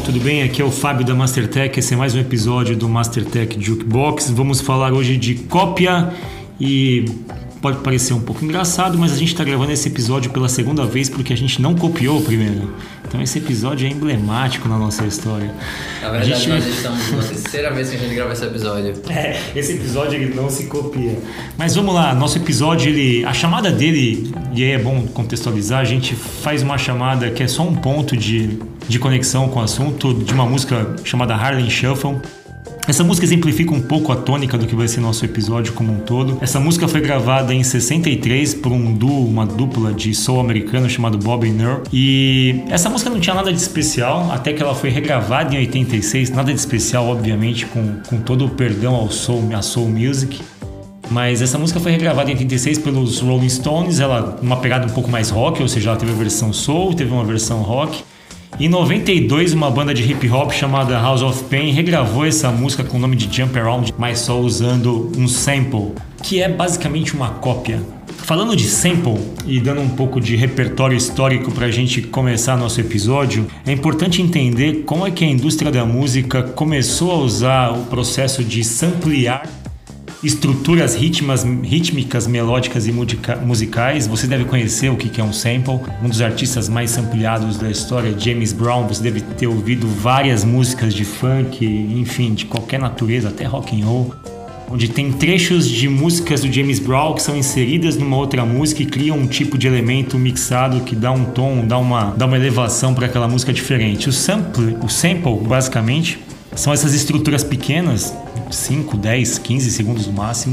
tudo bem? Aqui é o Fábio da Mastertech, esse é mais um episódio do Mastertech Jukebox. Vamos falar hoje de cópia e pode parecer um pouco engraçado, mas a gente está gravando esse episódio pela segunda vez porque a gente não copiou o primeiro. Então esse episódio é emblemático na nossa história. Na verdade, nós estamos na terceira vez que a gente grava esse episódio. Esse episódio ele não se copia. Mas vamos lá, nosso episódio, a chamada dele, e aí é bom contextualizar, a gente faz uma chamada que é só um ponto de conexão com o assunto de uma música chamada Harlem Shuffle. Essa música exemplifica um pouco a tônica do que vai ser nosso episódio como um todo. Essa música foi gravada em 63 por uma dupla de soul americano chamado Bob and Earl. E essa música não tinha nada de especial, até que ela foi regravada em 86. Nada de especial, obviamente, com todo o perdão à soul music. Mas essa música foi regravada em 86 pelos Rolling Stones. Ela uma pegada um pouco mais rock, ou seja, ela teve a versão soul, teve uma versão rock. Em 92, uma banda de hip hop chamada House of Pain regravou essa música com o nome de Jump Around, mas só usando um sample, que é basicamente uma cópia. Falando de sample e dando um pouco de repertório histórico para a gente começar nosso episódio, é importante entender como é que a indústria da música começou a usar o processo de samplear estruturas rítmicas, melódicas e musicais. Você deve conhecer o que é um sample. Um dos artistas mais sampleados da história, James Brown. Você deve ter ouvido várias músicas de funk, enfim, de qualquer natureza, até rock and roll, onde tem trechos de músicas do James Brown que são inseridas numa outra música e criam um tipo de elemento mixado que dá um tom, dá uma elevação para aquela música diferente. O sample, basicamente, são essas estruturas pequenas, 5, 10, 15 segundos no máximo,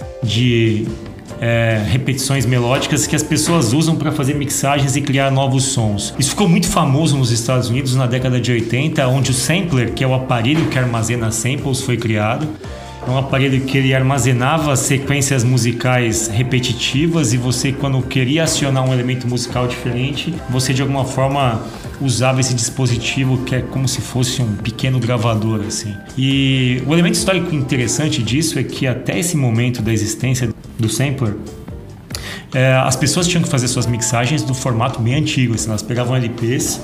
de repetições melódicas que as pessoas usam para fazer mixagens e criar novos sons. Isso ficou muito famoso nos Estados Unidos na década de 80, onde o sampler, que é o aparelho que armazena samples, foi criado. É um aparelho que ele armazenava sequências musicais repetitivas e você, quando queria acionar um elemento musical diferente, você de alguma forma usava esse dispositivo que é como se fosse um pequeno gravador, assim. E o elemento histórico interessante disso é que até esse momento da existência do sampler, as pessoas tinham que fazer suas mixagens do formato bem antigo, assim. Elas pegavam LPs,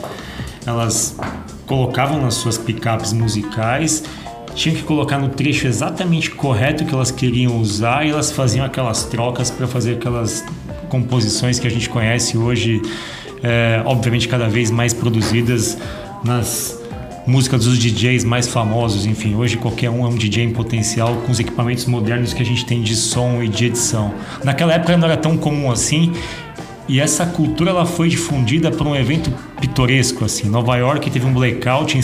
elas colocavam nas suas picapes musicais, tinham que colocar no trecho exatamente correto que elas queriam usar e elas faziam aquelas trocas para fazer aquelas composições que a gente conhece hoje, obviamente cada vez mais produzidas nas músicas dos DJs mais famosos. Enfim, hoje qualquer um é um DJ em potencial com os equipamentos modernos que a gente tem de som e de edição. Naquela época não era tão comum assim. E essa cultura ela foi difundida por um evento pitoresco, assim. Nova York teve um blackout em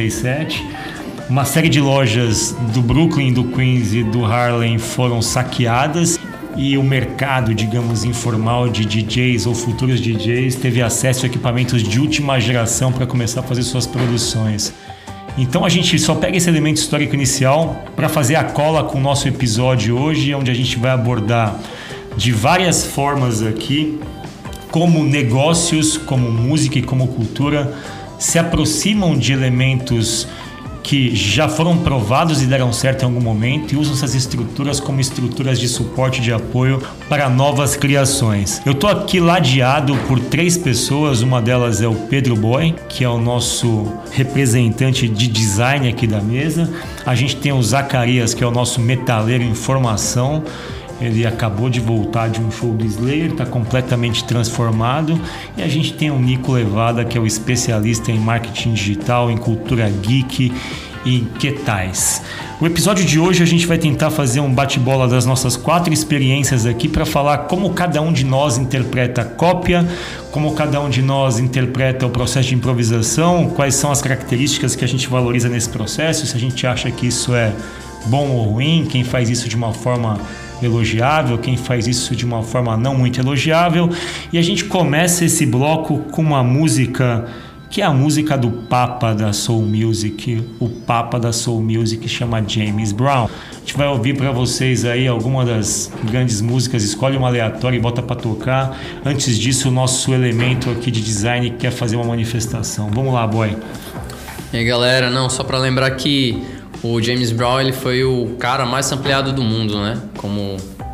77. Uma série de lojas do Brooklyn, do Queens e do Harlem foram saqueadas e o mercado, digamos, informal de DJs ou futuros DJs teve acesso a equipamentos de última geração para começar a fazer suas produções. Então a gente só pega esse elemento histórico inicial para fazer a cola com o nosso episódio hoje, onde a gente vai abordar de várias formas aqui como negócios, como música e como cultura se aproximam de elementos que já foram provados e deram certo em algum momento e usam essas estruturas como estruturas de suporte, de apoio para novas criações. Eu estou aqui ladeado por 3 pessoas, uma delas é o Pedro Boy, que é o nosso representante de design aqui da mesa. A gente tem o Zacarias, que é o nosso metaleiro em formação. Ele acabou de voltar de um show do Slayer, está completamente transformado. E a gente tem o Nico Levada, que é o especialista em marketing digital, em cultura geek e que tais. O episódio de hoje a gente vai tentar fazer um bate-bola das nossas 4 experiências aqui para falar como cada um de nós interpreta a cópia, como cada um de nós interpreta o processo de improvisação, quais são as características que a gente valoriza nesse processo, se a gente acha que isso é bom ou ruim, quem faz isso de uma forma elogiável, quem faz isso de uma forma não muito elogiável. E a gente começa esse bloco com uma música que é a música do Papa da Soul Music. O Papa da Soul Music chama James Brown. A gente vai ouvir para vocês aí alguma das grandes músicas, escolhe uma aleatória e bota para tocar. Antes disso, o nosso elemento aqui de design quer fazer uma manifestação. Vamos lá, boy. E aí, galera, só para lembrar que o James Brown ele foi o cara mais sampleado do mundo, né? Como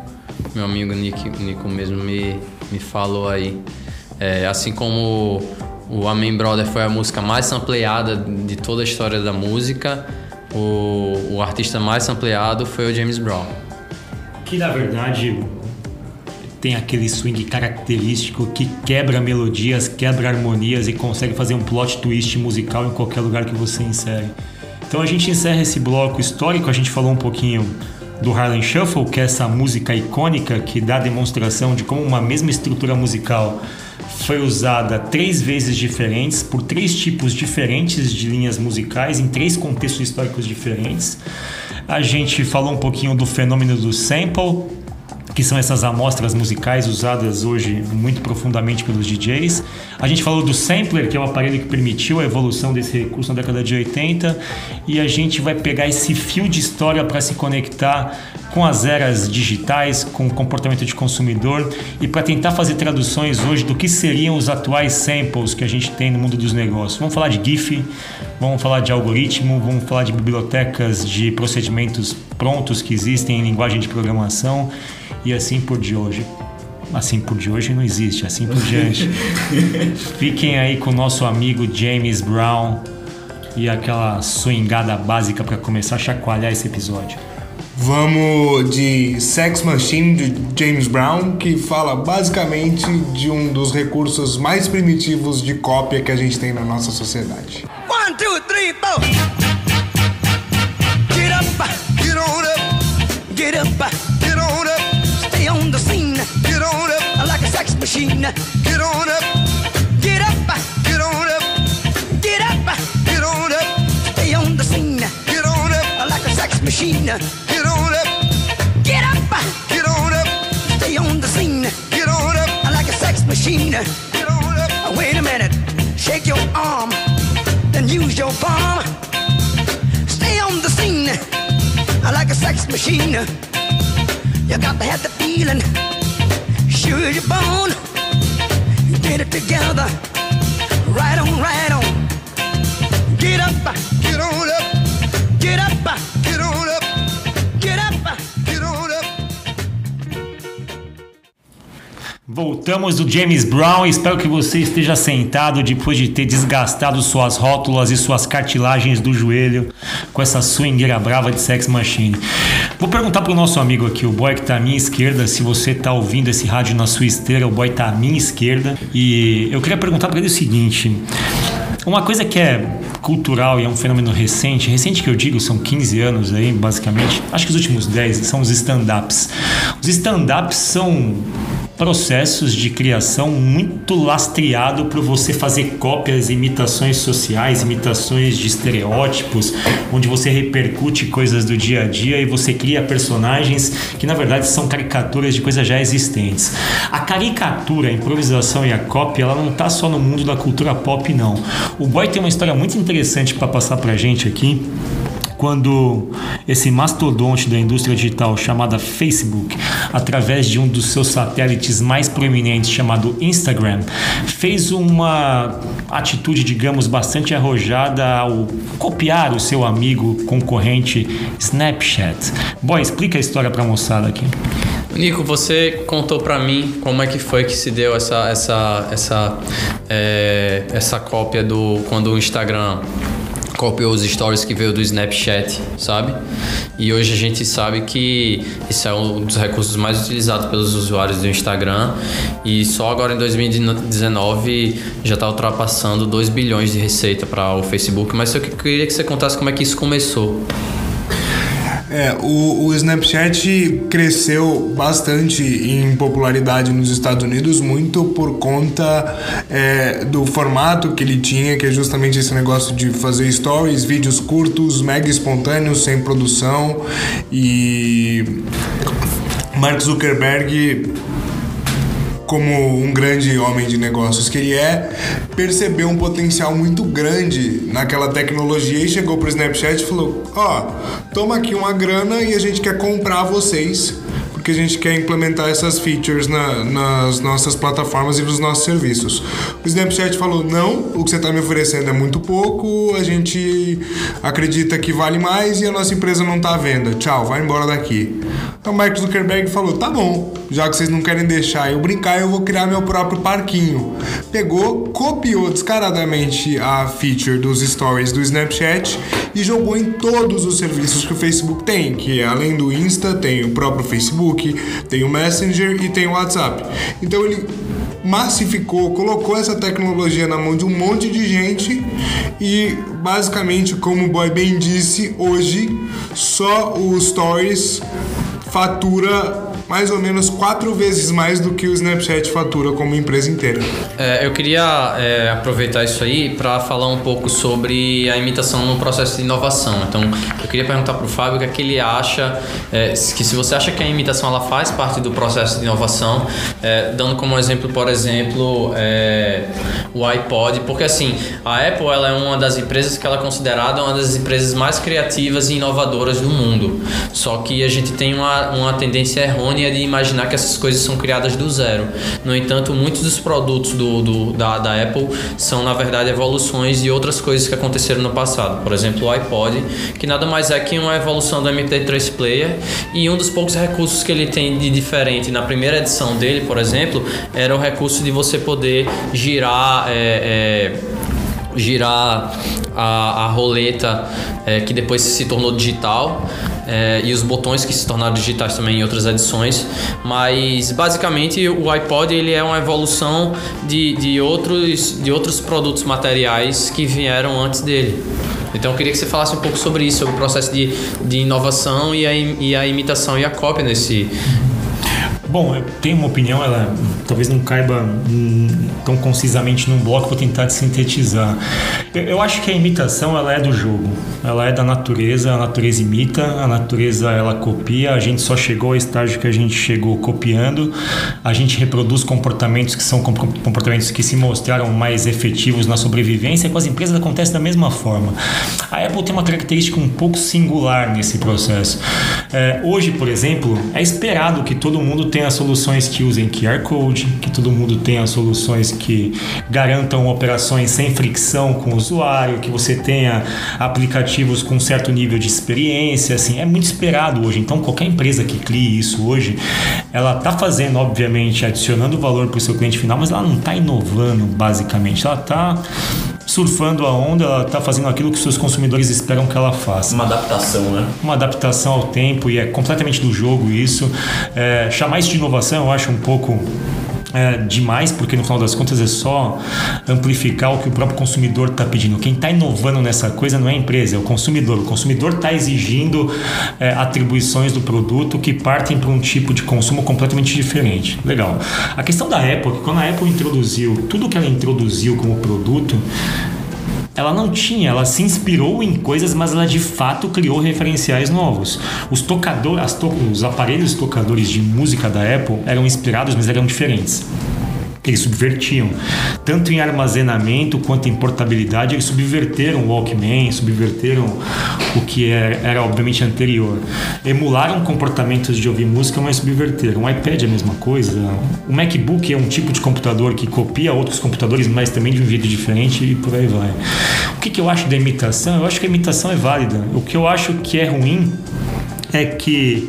meu amigo Nico mesmo me falou aí. Assim como o Amen Brother foi a música mais sampleada de toda a história da música. O artista mais sampleado foi o James Brown. Que na verdade tem aquele swing característico que quebra melodias, quebra harmonias e consegue fazer um plot twist musical em qualquer lugar que você insere. Então a gente encerra esse bloco histórico, a gente falou um pouquinho do Harlem Shuffle, que é essa música icônica que dá demonstração de como uma mesma estrutura musical foi usada 3 vezes diferentes, por 3 tipos diferentes de linhas musicais, em 3 contextos históricos diferentes. A gente falou um pouquinho do fenômeno do sample, que são essas amostras musicais usadas hoje muito profundamente pelos DJs. A gente falou do sampler, que é o aparelho que permitiu a evolução desse recurso na década de 80, e a gente vai pegar esse fio de história para se conectar com as eras digitais, com o comportamento de consumidor e para tentar fazer traduções hoje do que seriam os atuais samples que a gente tem no mundo dos negócios. Vamos falar de GIF, vamos falar de algoritmo, vamos falar de bibliotecas de procedimentos prontos que existem em linguagem de programação e assim por diante. Assim por diante não existe, assim por diante. Fiquem aí com o nosso amigo James Brown e aquela swingada básica para começar a chacoalhar esse episódio. Vamos de Sex Machine de James Brown, que fala basicamente de um dos recursos mais primitivos de cópia que a gente tem na nossa sociedade. 1, 2, 3, 4. Get up, get on up, get up, get on up. Stay on the scene, get on up, like a sex machine. Get on up, get up, get on up, get up, get on up. Stay on the scene, get on up, like a sex machine. Get on up, get up, get on up. Stay on the scene, get on up, like a sex machine. Get on up. Wait a minute, shake your arm, then use your palm. Stay on the scene, like a sex machine. You got to have the feeling, sure you're born. Get it together, right on, right on. Get up, get on up, get up, get on up, get up, get on up. Voltamos do James Brown. Espero que você esteja sentado depois de ter desgastado suas rótulas e suas cartilagens do joelho com essa swingueira brava de Sex Machine. Vou perguntar pro nosso amigo aqui, o boy que tá à minha esquerda, se você tá ouvindo esse rádio na sua esteira, o boy tá à minha esquerda. E eu queria perguntar para ele o seguinte: uma coisa que é cultural e é um fenômeno recente que eu digo, são 15 anos aí, basicamente, acho que os últimos 10 são os stand-ups. Os stand-ups são processos de criação muito lastreado para você fazer cópias, imitações sociais, imitações de estereótipos, onde você repercute coisas do dia a dia e você cria personagens que na verdade são caricaturas de coisas já existentes. A caricatura, a improvisação e a cópia, ela não está só no mundo da cultura pop, não. O boy tem uma história muito interessante para passar pra gente aqui. Quando esse mastodonte da indústria digital chamada Facebook, através de um dos seus satélites mais proeminentes chamado Instagram, fez uma atitude, digamos, bastante arrojada ao copiar o seu amigo concorrente Snapchat. Boy, explica a história pra moçada aqui. Nico, você contou pra mim como é que foi que se deu essa cópia do quando o Instagram copiou os stories que veio do Snapchat, sabe? E hoje a gente sabe que esse é um dos recursos mais utilizados pelos usuários do Instagram e só agora em 2019 já está ultrapassando 2 bilhões de receita para o Facebook. Mas eu queria que você contasse como é que isso começou. O Snapchat cresceu bastante em popularidade nos Estados Unidos, muito por conta do formato que ele tinha, que é justamente esse negócio de fazer stories, vídeos curtos, mega espontâneos, sem produção. E Mark Zuckerberg, como um grande homem de negócios que ele percebeu um potencial muito grande naquela tecnologia e chegou pro Snapchat e falou: toma aqui uma grana e a gente quer comprar vocês, porque porque a gente quer implementar essas features nas nossas plataformas e nos nossos serviços. O Snapchat falou, não, o que você está me oferecendo é muito pouco, a gente acredita que vale mais e a nossa empresa não está à venda. Tchau, vai embora daqui. Então o Mark Zuckerberg falou, tá bom, já que vocês não querem deixar eu brincar, eu vou criar meu próprio parquinho. Pegou, copiou descaradamente a feature dos stories do Snapchat e jogou em todos os serviços que o Facebook tem, que além do Insta, tem o próprio Facebook, tem o Messenger e tem o WhatsApp. Então ele massificou, colocou essa tecnologia na mão de um monte de gente e basicamente, como o Boy bem disse, hoje só o Stories fatura mais ou menos 4 vezes mais do que o Snapchat fatura como empresa inteira. Eu queria aproveitar isso aí para falar um pouco sobre a imitação no processo de inovação. Então, eu queria perguntar para o Fábio o que é que ele acha, que se você acha que a imitação ela faz parte do processo de inovação, dando como exemplo, por exemplo, o iPod, porque assim, a Apple ela é uma das empresas que ela é considerada uma das empresas mais criativas e inovadoras do mundo. Só que a gente tem uma tendência errônea de imaginar que essas coisas são criadas do zero. No entanto, muitos dos produtos da Apple são, na verdade, evoluções de outras coisas que aconteceram no passado. Por exemplo, o iPod, que nada mais é que uma evolução do MP3 Player, e um dos poucos recursos que ele tem de diferente na primeira edição dele, por exemplo, era o recurso de você poder girar a roleta que depois se tornou digital, e os botões que se tornaram digitais também em outras edições. Mas basicamente o iPod ele é uma evolução de outros produtos materiais que vieram antes dele. Então eu queria que você falasse um pouco sobre isso, sobre o processo de inovação e a imitação e a cópia nesse... Bom, eu tenho uma opinião, ela talvez não caiba tão concisamente num bloco, vou tentar sintetizar. Eu acho que a imitação ela é do jogo, ela é da natureza, a natureza imita, a natureza ela copia, a gente só chegou ao estágio que a gente chegou copiando, a gente reproduz comportamentos que são comportamentos que se mostraram mais efetivos na sobrevivência, e com as empresas acontece da mesma forma. A Apple tem uma característica um pouco singular nesse processo. Hoje, por exemplo, é esperado que todo mundo tenha soluções que usem QR Code, que todo mundo tenha soluções que garantam operações sem fricção com o usuário, que você tenha aplicativos com um certo nível de experiência, assim, é muito esperado hoje. Então qualquer empresa que crie isso hoje, ela está fazendo, obviamente, adicionando valor para o seu cliente final, mas ela não está inovando basicamente, ela está surfando a onda, ela está fazendo aquilo que os seus consumidores esperam que ela faça. Uma adaptação, né? Uma adaptação ao tempo, e é completamente do jogo isso. Chamar isso de inovação eu acho um pouco demais, porque no final das contas é só amplificar o que o próprio consumidor está pedindo. Quem está inovando nessa coisa não é a empresa, é o consumidor. O consumidor está exigindo atribuições do produto que partem para um tipo de consumo completamente diferente. Legal. A questão da Apple, que quando a Apple introduziu tudo que ela introduziu como produto, ela não tinha, ela se inspirou em coisas, mas ela de fato criou referenciais novos. Os aparelhos tocadores de música da Apple eram inspirados, mas eram diferentes. Eles subvertiam, tanto em armazenamento quanto em portabilidade, eles subverteram o Walkman, subverteram o que era obviamente anterior. Emularam comportamentos de ouvir música, mas subverteram. O iPad é a mesma coisa. O MacBook é um tipo de computador que copia outros computadores, mas também de um jeito diferente, e por aí vai. O que eu acho da imitação? Eu acho que a imitação é válida. O que eu acho que é ruim é que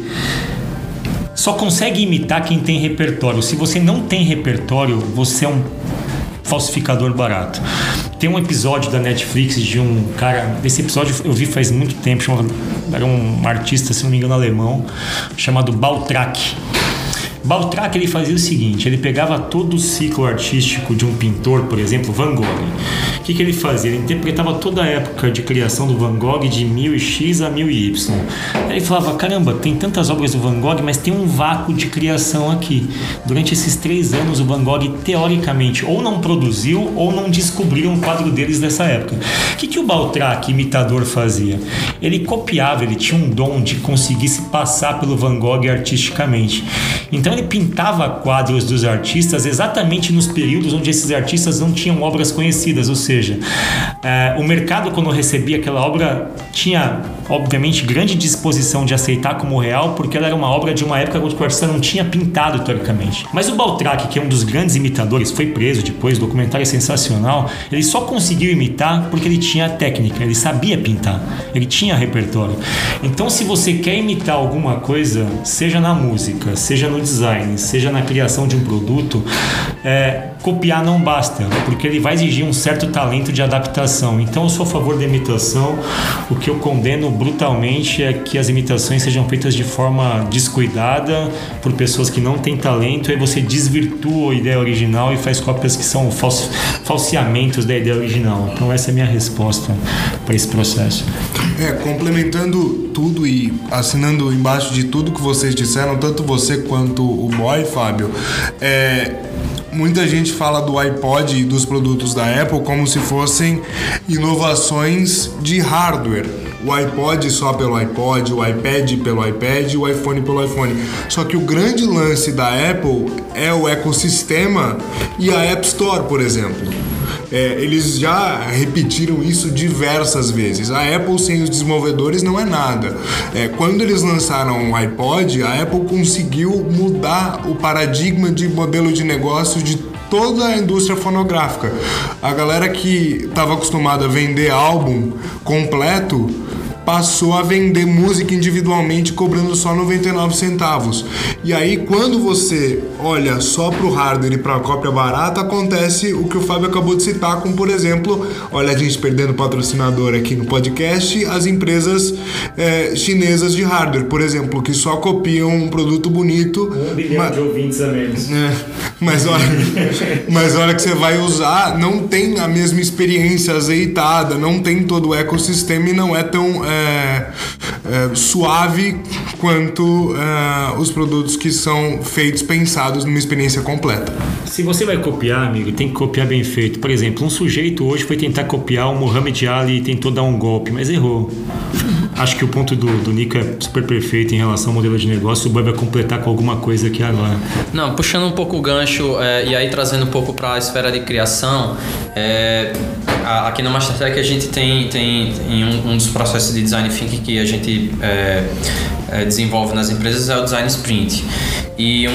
só consegue imitar quem tem repertório. Se você não tem repertório, você é um falsificador barato. Tem um episódio da Netflix de um cara, esse episódio eu vi faz muito tempo, era um artista, se não me engano, alemão, chamado Baltrack. Baltrack, ele fazia o seguinte, ele pegava todo o ciclo artístico de um pintor, por exemplo, Van Gogh. O que ele fazia? Ele interpretava toda a época de criação do Van Gogh de 1000x a 1000y. Aí ele falava, caramba, tem tantas obras do Van Gogh, mas tem um vácuo de criação aqui. Durante esses 3 anos, o Van Gogh, teoricamente, ou não produziu ou não descobriu um quadro deles dessa época. O que o Baltrack, imitador, fazia? Ele copiava, ele tinha um dom de conseguir se passar pelo Van Gogh artisticamente. Então ele pintava quadros dos artistas exatamente nos períodos onde esses artistas não tinham obras conhecidas, ou seja, o mercado, quando recebia aquela obra, tinha obviamente, grande disposição de aceitar como real, porque ela era uma obra de uma época onde o artista não tinha pintado teoricamente. Mas o Baltrack, que é um dos grandes imitadores, foi preso depois, o documentário é sensacional, ele só conseguiu imitar porque ele tinha técnica, ele sabia pintar, ele tinha repertório. Então, se você quer imitar alguma coisa, seja na música, seja no design, seja na criação de um produto, copiar não basta, porque ele vai exigir um certo talento de adaptação. Então eu sou a favor da imitação. O que eu condeno brutalmente é que as imitações sejam feitas de forma descuidada por pessoas que não têm talento, aí você desvirtua a ideia original e faz cópias que são falseamentos da ideia original. Então essa é a minha resposta para esse processo. Complementando tudo e assinando embaixo de tudo que vocês disseram, tanto você quanto o Boy, Fábio, muita gente fala do iPod e dos produtos da Apple como se fossem inovações de hardware. O iPod só pelo iPod, o iPad pelo iPad, o iPhone pelo iPhone. Só que o grande lance da Apple é o ecossistema e a App Store, por exemplo. Eles já repetiram isso diversas vezes. A Apple sem os desenvolvedores não é nada. Quando eles lançaram o iPod, a Apple conseguiu mudar o paradigma de modelo de negócio de toda a indústria fonográfica. A galera que estava acostumada a vender álbum completo passou a vender música individualmente, cobrando só 99 centavos. E aí, quando você olha só para o hardware e para a cópia barata, acontece o que o Fábio acabou de citar, com, por exemplo, olha a gente perdendo patrocinador aqui no podcast, as empresas chinesas de hardware, por exemplo, que só copiam um produto bonito. 1 bilhão de ouvintes a menos. Mas olha que você vai usar, não tem a mesma experiência azeitada, não tem todo o ecossistema e não é tão suave quanto os produtos que são feitos, pensados numa experiência completa. Se você vai copiar, amigo, tem que copiar bem feito. Por exemplo, um sujeito hoje foi tentar copiar o Muhammad Ali e tentou dar um golpe, mas errou. Acho que o ponto do Nico é super perfeito em relação ao modelo de negócio. O Boy vai completar com alguma coisa aqui agora. Não, puxando um pouco o gancho e aí trazendo um pouco para a esfera de criação, aqui na Mastertech a gente tem um dos processos de design thinking que a gente desenvolve nas empresas é o design sprint. E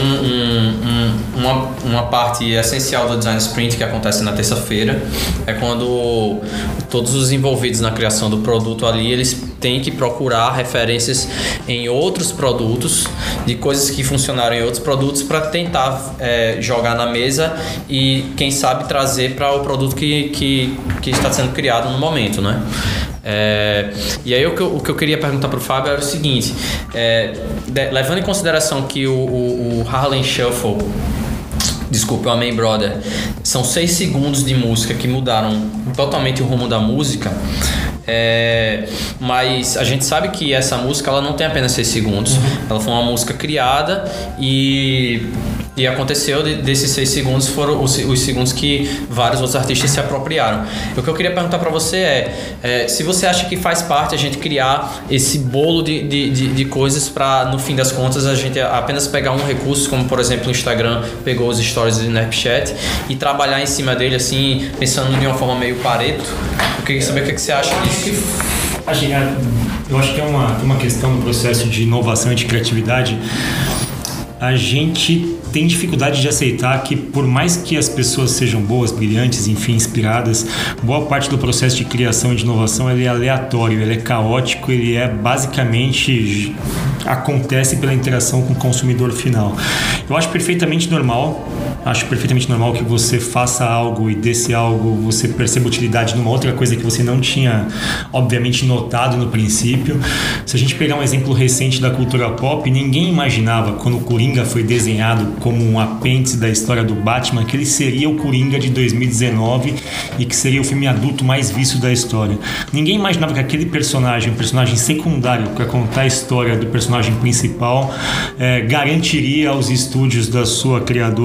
uma parte essencial do design sprint que acontece na terça-feira é quando todos os envolvidos na criação do produto ali, eles têm que procurar referências em outros produtos, de coisas que funcionaram em outros produtos, para tentar jogar na mesa e quem sabe trazer para o produto que está sendo criado no momento, né? E aí o que eu queria perguntar para o Fábio era o seguinte, levando em consideração que o Harlem Shuffle, desculpa, o Amen Brother, são 6 segundos de música que mudaram totalmente o rumo da música, mas a gente sabe que essa música ela não tem apenas 6 segundos, ela foi uma música criada e aconteceu desses 6 segundos foram os segundos que vários outros artistas se apropriaram. O que eu queria perguntar para você se você acha que faz parte a gente criar esse bolo de coisas para, no fim das contas, a gente apenas pegar um recurso, como por exemplo o Instagram pegou os stories do Snapchat e trabalhar em cima dele assim, pensando de uma forma meio Pareto. Eu queria saber o que você acha disso. Eu acho que é uma questão do processo de inovação e de criatividade. A gente tem dificuldade de aceitar que, por mais que as pessoas sejam boas, brilhantes, enfim, inspiradas, boa parte do processo de criação e de inovação ele é aleatório, ele é caótico, ele basicamente acontece pela interação com o consumidor final. Eu acho perfeitamente normal que você faça algo e desse algo você perceba utilidade numa outra coisa que você não tinha, obviamente, notado no princípio. Se a gente pegar um exemplo recente da cultura pop, ninguém imaginava, quando o Coringa foi desenhado como um apêndice da história do Batman, que ele seria o Coringa de 2019 e que seria o filme adulto mais visto da história. Ninguém imaginava que aquele personagem, um personagem secundário para contar a história do personagem principal, garantiria aos estúdios da sua criadora hoje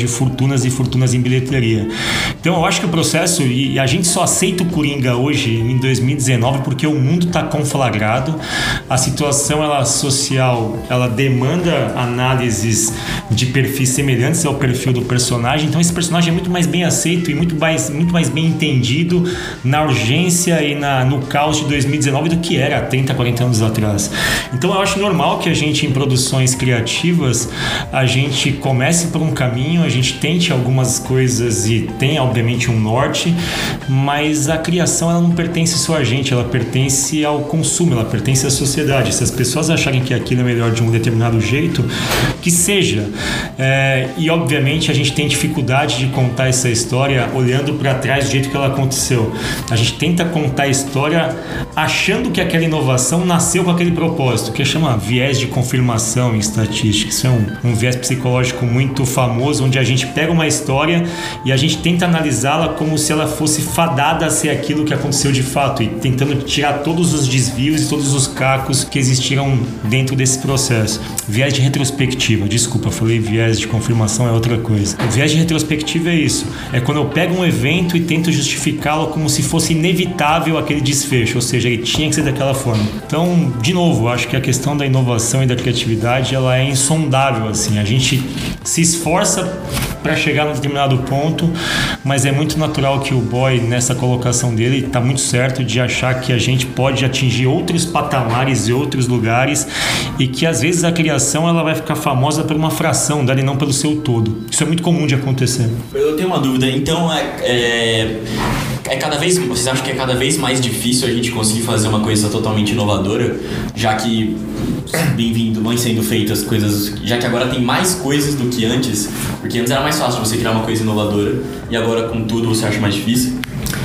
de fortunas e fortunas em bilheteria. Então eu acho que o processo, e a gente só aceita o Coringa hoje, em 2019, porque o mundo está conflagrado, a situação social, ela demanda análises de perfis semelhantes ao perfil do personagem, então esse personagem é muito mais bem aceito e muito mais bem entendido na urgência e no caos de 2019 do que era há 30, 40 anos atrás. Então eu acho normal que a gente, em produções criativas, a gente comece por um caminho, a gente tente algumas coisas e tenha obviamente um norte, mas a criação ela não pertence só a gente, ela pertence ao consumo, ela pertence à sociedade. Se as pessoas acharem que aquilo é melhor de um determinado jeito, que seja. E obviamente a gente tem dificuldade de contar essa história olhando para trás do jeito que ela aconteceu. A gente tenta contar a história achando que aquela inovação nasceu com aquele propósito, que chama viés de confirmação em estatística. Isso é um viés psicológico muito famoso, onde a gente pega uma história e a gente tenta analisá-la como se ela fosse fadada a ser aquilo que aconteceu de fato, e tentando tirar todos os desvios e todos os cacos que existiram dentro desse processo. Viés de retrospectiva, desculpa, falei viés de confirmação, é outra coisa. O viés de retrospectiva é isso, é quando eu pego um evento e tento justificá-lo como se fosse inevitável aquele desfecho, ou seja, ele tinha que ser daquela forma. Então, de novo, acho que a questão da inovação e da criatividade, ela é insondável, assim, a gente se esforça para chegar num determinado ponto, mas é muito natural que o Boy, nessa colocação dele, está muito certo de achar que a gente pode atingir outros patamares e outros lugares, e que às vezes a criação ela vai ficar famosa por uma fração dela e não pelo seu todo. Isso é muito comum de acontecer. Eu tenho uma dúvida, então vocês acham que é cada vez mais difícil a gente conseguir fazer uma coisa totalmente inovadora, já que vão sendo feitas coisas, já que agora tem mais coisas do que antes, porque antes era mais fácil você criar uma coisa inovadora e agora com tudo você acha mais difícil?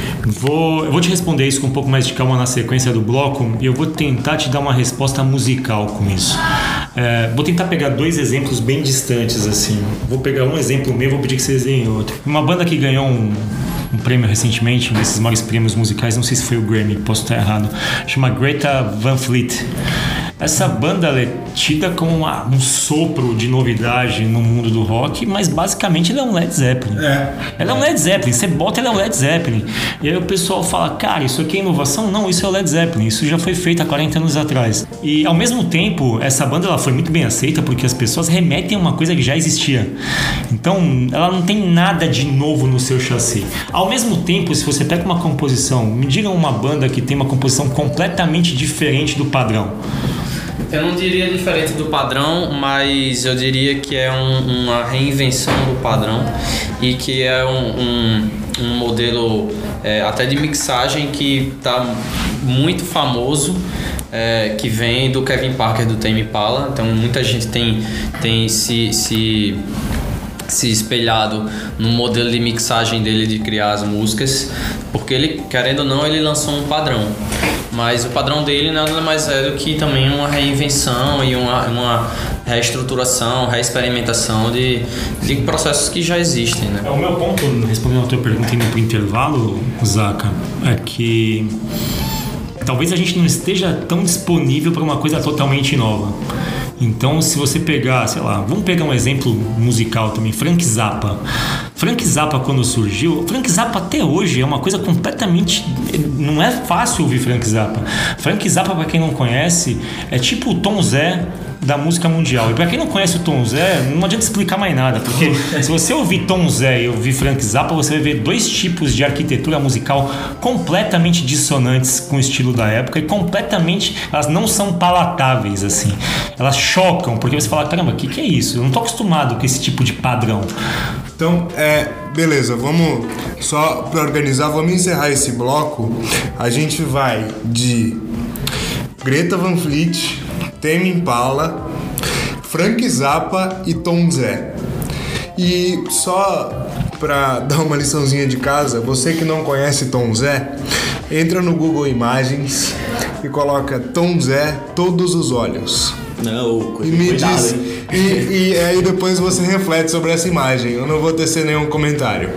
Eu vou te responder isso com um pouco mais de calma na sequência do bloco, e eu vou tentar te dar uma resposta musical com isso. Vou tentar pegar dois exemplos bem distantes assim. Vou pegar um exemplo meu e vou pedir que vocês deem outro. Uma banda que ganhou um prêmio recentemente, um desses maiores prêmios musicais, não sei se foi o Grammy, posso estar errado, chama Greta Van Fleet. Essa banda ela é tida como um sopro de novidade no mundo do rock, mas basicamente ela é um Led Zeppelin. Ela é um Led Zeppelin, você bota ela é um Led Zeppelin. E aí o pessoal fala, cara, isso aqui é inovação? Não, isso é o Led Zeppelin, isso já foi feito há 40 anos atrás. E ao mesmo tempo, essa banda ela foi muito bem aceita porque as pessoas remetem a uma coisa que já existia. Então, ela não tem nada de novo no seu chassi. Ao mesmo tempo, se você pega uma composição, me diga uma banda que tem uma composição completamente diferente do padrão. Eu não diria diferente do padrão, mas eu diria que é uma reinvenção do padrão e que é um modelo até de mixagem que está muito famoso, que vem do Kevin Parker do Tame Impala. Então muita gente tem se espelhado no modelo de mixagem dele de criar as músicas, porque ele, querendo ou não, ele lançou um padrão. Mas o padrão dele nada mais é do que também uma reinvenção e uma reestruturação, reexperimentação de processos que já existem, né? O meu ponto, respondendo a tua pergunta indo pro intervalo, Zaca, é que talvez a gente não esteja tão disponível para uma coisa totalmente nova. Então, se você pegar, sei lá, vamos pegar um exemplo musical também, Frank Zappa. Frank Zappa, quando surgiu, Frank Zappa até hoje é uma coisa completamente... Não é fácil ouvir Frank Zappa. Frank Zappa, para quem não conhece, é tipo o Tom Zé da música mundial. E para quem não conhece o Tom Zé, não adianta explicar mais nada, porque se você ouvir Tom Zé e ouvir Frank Zappa, você vai ver dois tipos de arquitetura musical completamente dissonantes com o estilo da época, e completamente, elas não são palatáveis, assim. Elas chocam, porque você fala, caramba, o que é isso? Eu não tô acostumado com esse tipo de padrão. Então, beleza, vamos só para organizar, vamos encerrar esse bloco. A gente vai de Greta Van Fleet, Tame Impala, Frank Zappa e Tom Zé. E só para dar uma liçãozinha de casa, você que não conhece Tom Zé, entra no Google Imagens e coloca Tom Zé Todos os Olhos. Não, e me cuidado, diz, e aí depois você reflete sobre essa imagem. Eu não vou tecer nenhum comentário.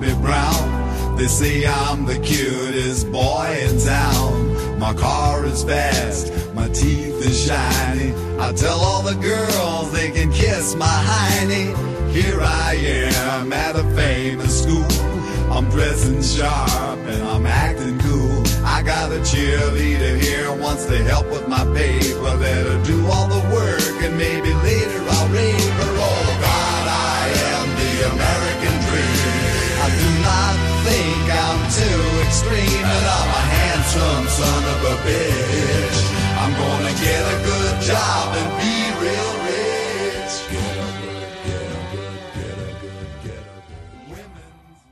Bobby Brown. They say I'm the cutest boy in town. My car is fast, my teeth is shiny. I tell all the girls they can kiss my hiney. Here I am at a famous school. I'm dressing sharp and I'm acting cool. I got a cheerleader here, wants to help with my paper. Let her do all the work and maybe later I'll rave her. Oh God, I am the American dream. I do not think I'm too extreme, and I'm a handsome son of a bitch. I'm gonna get a good job and be real rich. Get a good, get a good, get a good, get a good women's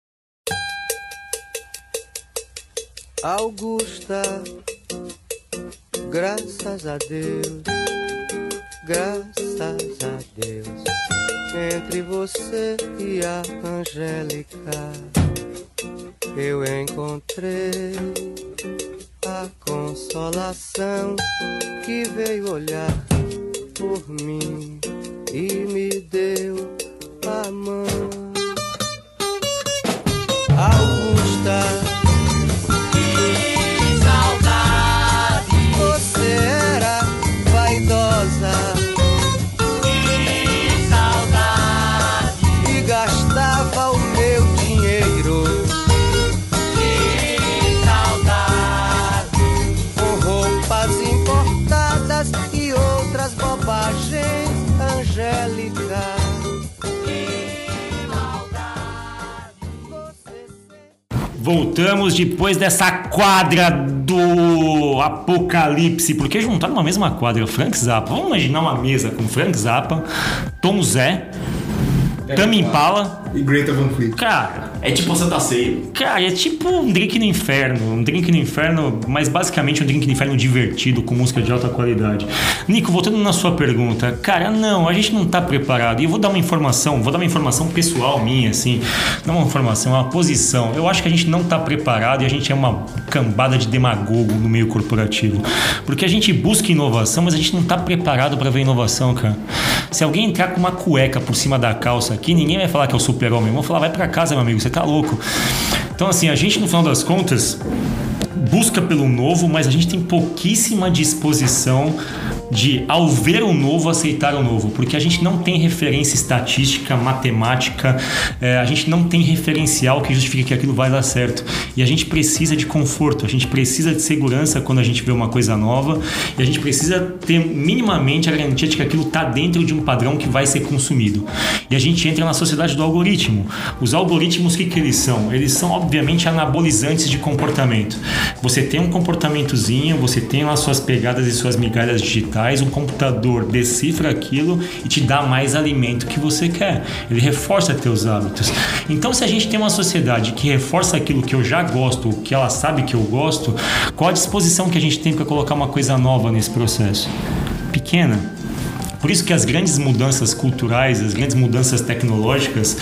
lip. Augusta, graças a Deus, graças a Deus. Entre você e a Angélica eu encontrei a consolação que veio olhar por mim e me deu a mão. Augusta, que saudade! Você era vaidosa. Gastava o meu dinheiro. Que saudade! Com roupas importadas e outras bobagens, Angélica. Que maldade! Voltamos depois dessa quadra do Apocalipse. Por que juntar numa mesma quadra Frank Zappa? Vamos imaginar uma mesa com Frank Zappa, Tom Zé, Tame Impala e Greta Van Fleet. Cara, É tipo Santa Ceia. Cara, é tipo um drink no inferno. Um drink no inferno, mas basicamente um drink no inferno divertido, com música de alta qualidade. Nico, voltando na sua pergunta, cara, não, a gente não tá preparado. E eu vou dar uma informação pessoal minha, assim. Não uma informação, é uma posição. Eu acho que a gente não tá preparado e a gente é uma cambada de demagogo no meio corporativo. Porque a gente busca inovação, mas a gente não tá preparado pra ver inovação, cara. Se alguém entrar com uma cueca por cima da calça aqui, ninguém vai falar que é o super-homem. Vão falar, vai pra casa, meu amigo, você tá louco. Então, assim, a gente, no final das contas, busca pelo novo, mas a gente tem pouquíssima disposição de, ao ver o novo, aceitar o novo, porque a gente não tem referência estatística, matemática, a gente não tem referencial que justifique que aquilo vai dar certo, e a gente precisa de conforto, a gente precisa de segurança quando a gente vê uma coisa nova, e a gente precisa ter minimamente a garantia de que aquilo está dentro de um padrão que vai ser consumido. E a gente entra na sociedade do algoritmo. Os algoritmos, o que eles são? Eles são, obviamente, anabolizantes de comportamento. Você tem um comportamentozinho, você tem lá suas pegadas e suas migalhas digitais, o computador decifra aquilo e te dá mais alimento que você quer. Ele reforça teus hábitos. Então, se a gente tem uma sociedade que reforça aquilo que eu já gosto, que ela sabe que eu gosto, qual a disposição que a gente tem para colocar uma coisa nova nesse processo? Pequena. Por isso que as grandes mudanças culturais, as grandes mudanças tecnológicas,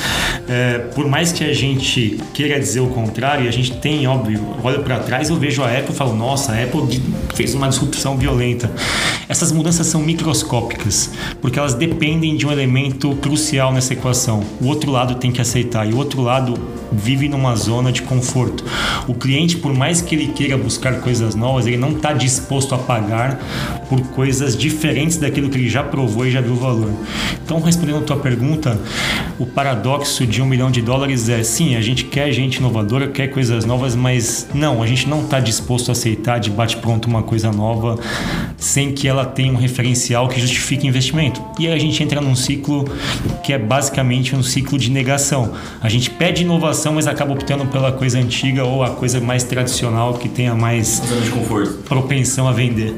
por mais que a gente queira dizer o contrário, a gente tem, óbvio, olho para trás, eu vejo a Apple e falo, nossa, a Apple fez uma disrupção violenta. Essas mudanças são microscópicas, porque elas dependem de um elemento crucial nessa equação. O outro lado tem que aceitar, e o outro lado vive numa zona de conforto. O cliente, por mais que ele queira buscar coisas novas, ele não está disposto a pagar por coisas diferentes daquilo que ele já provou e já viu o valor. Então, respondendo a tua pergunta, o paradoxo de $1 milhão é, sim, a gente quer gente inovadora, quer coisas novas, mas não, a gente não está disposto a aceitar de bate-pronto uma coisa nova sem que ela tenha um referencial que justifique investimento. E aí a gente entra num ciclo que é basicamente um ciclo de negação. A gente pede inovação, mas acaba optando pela coisa antiga ou a coisa mais tradicional que tenha mais zona de conforto, propensão a vender.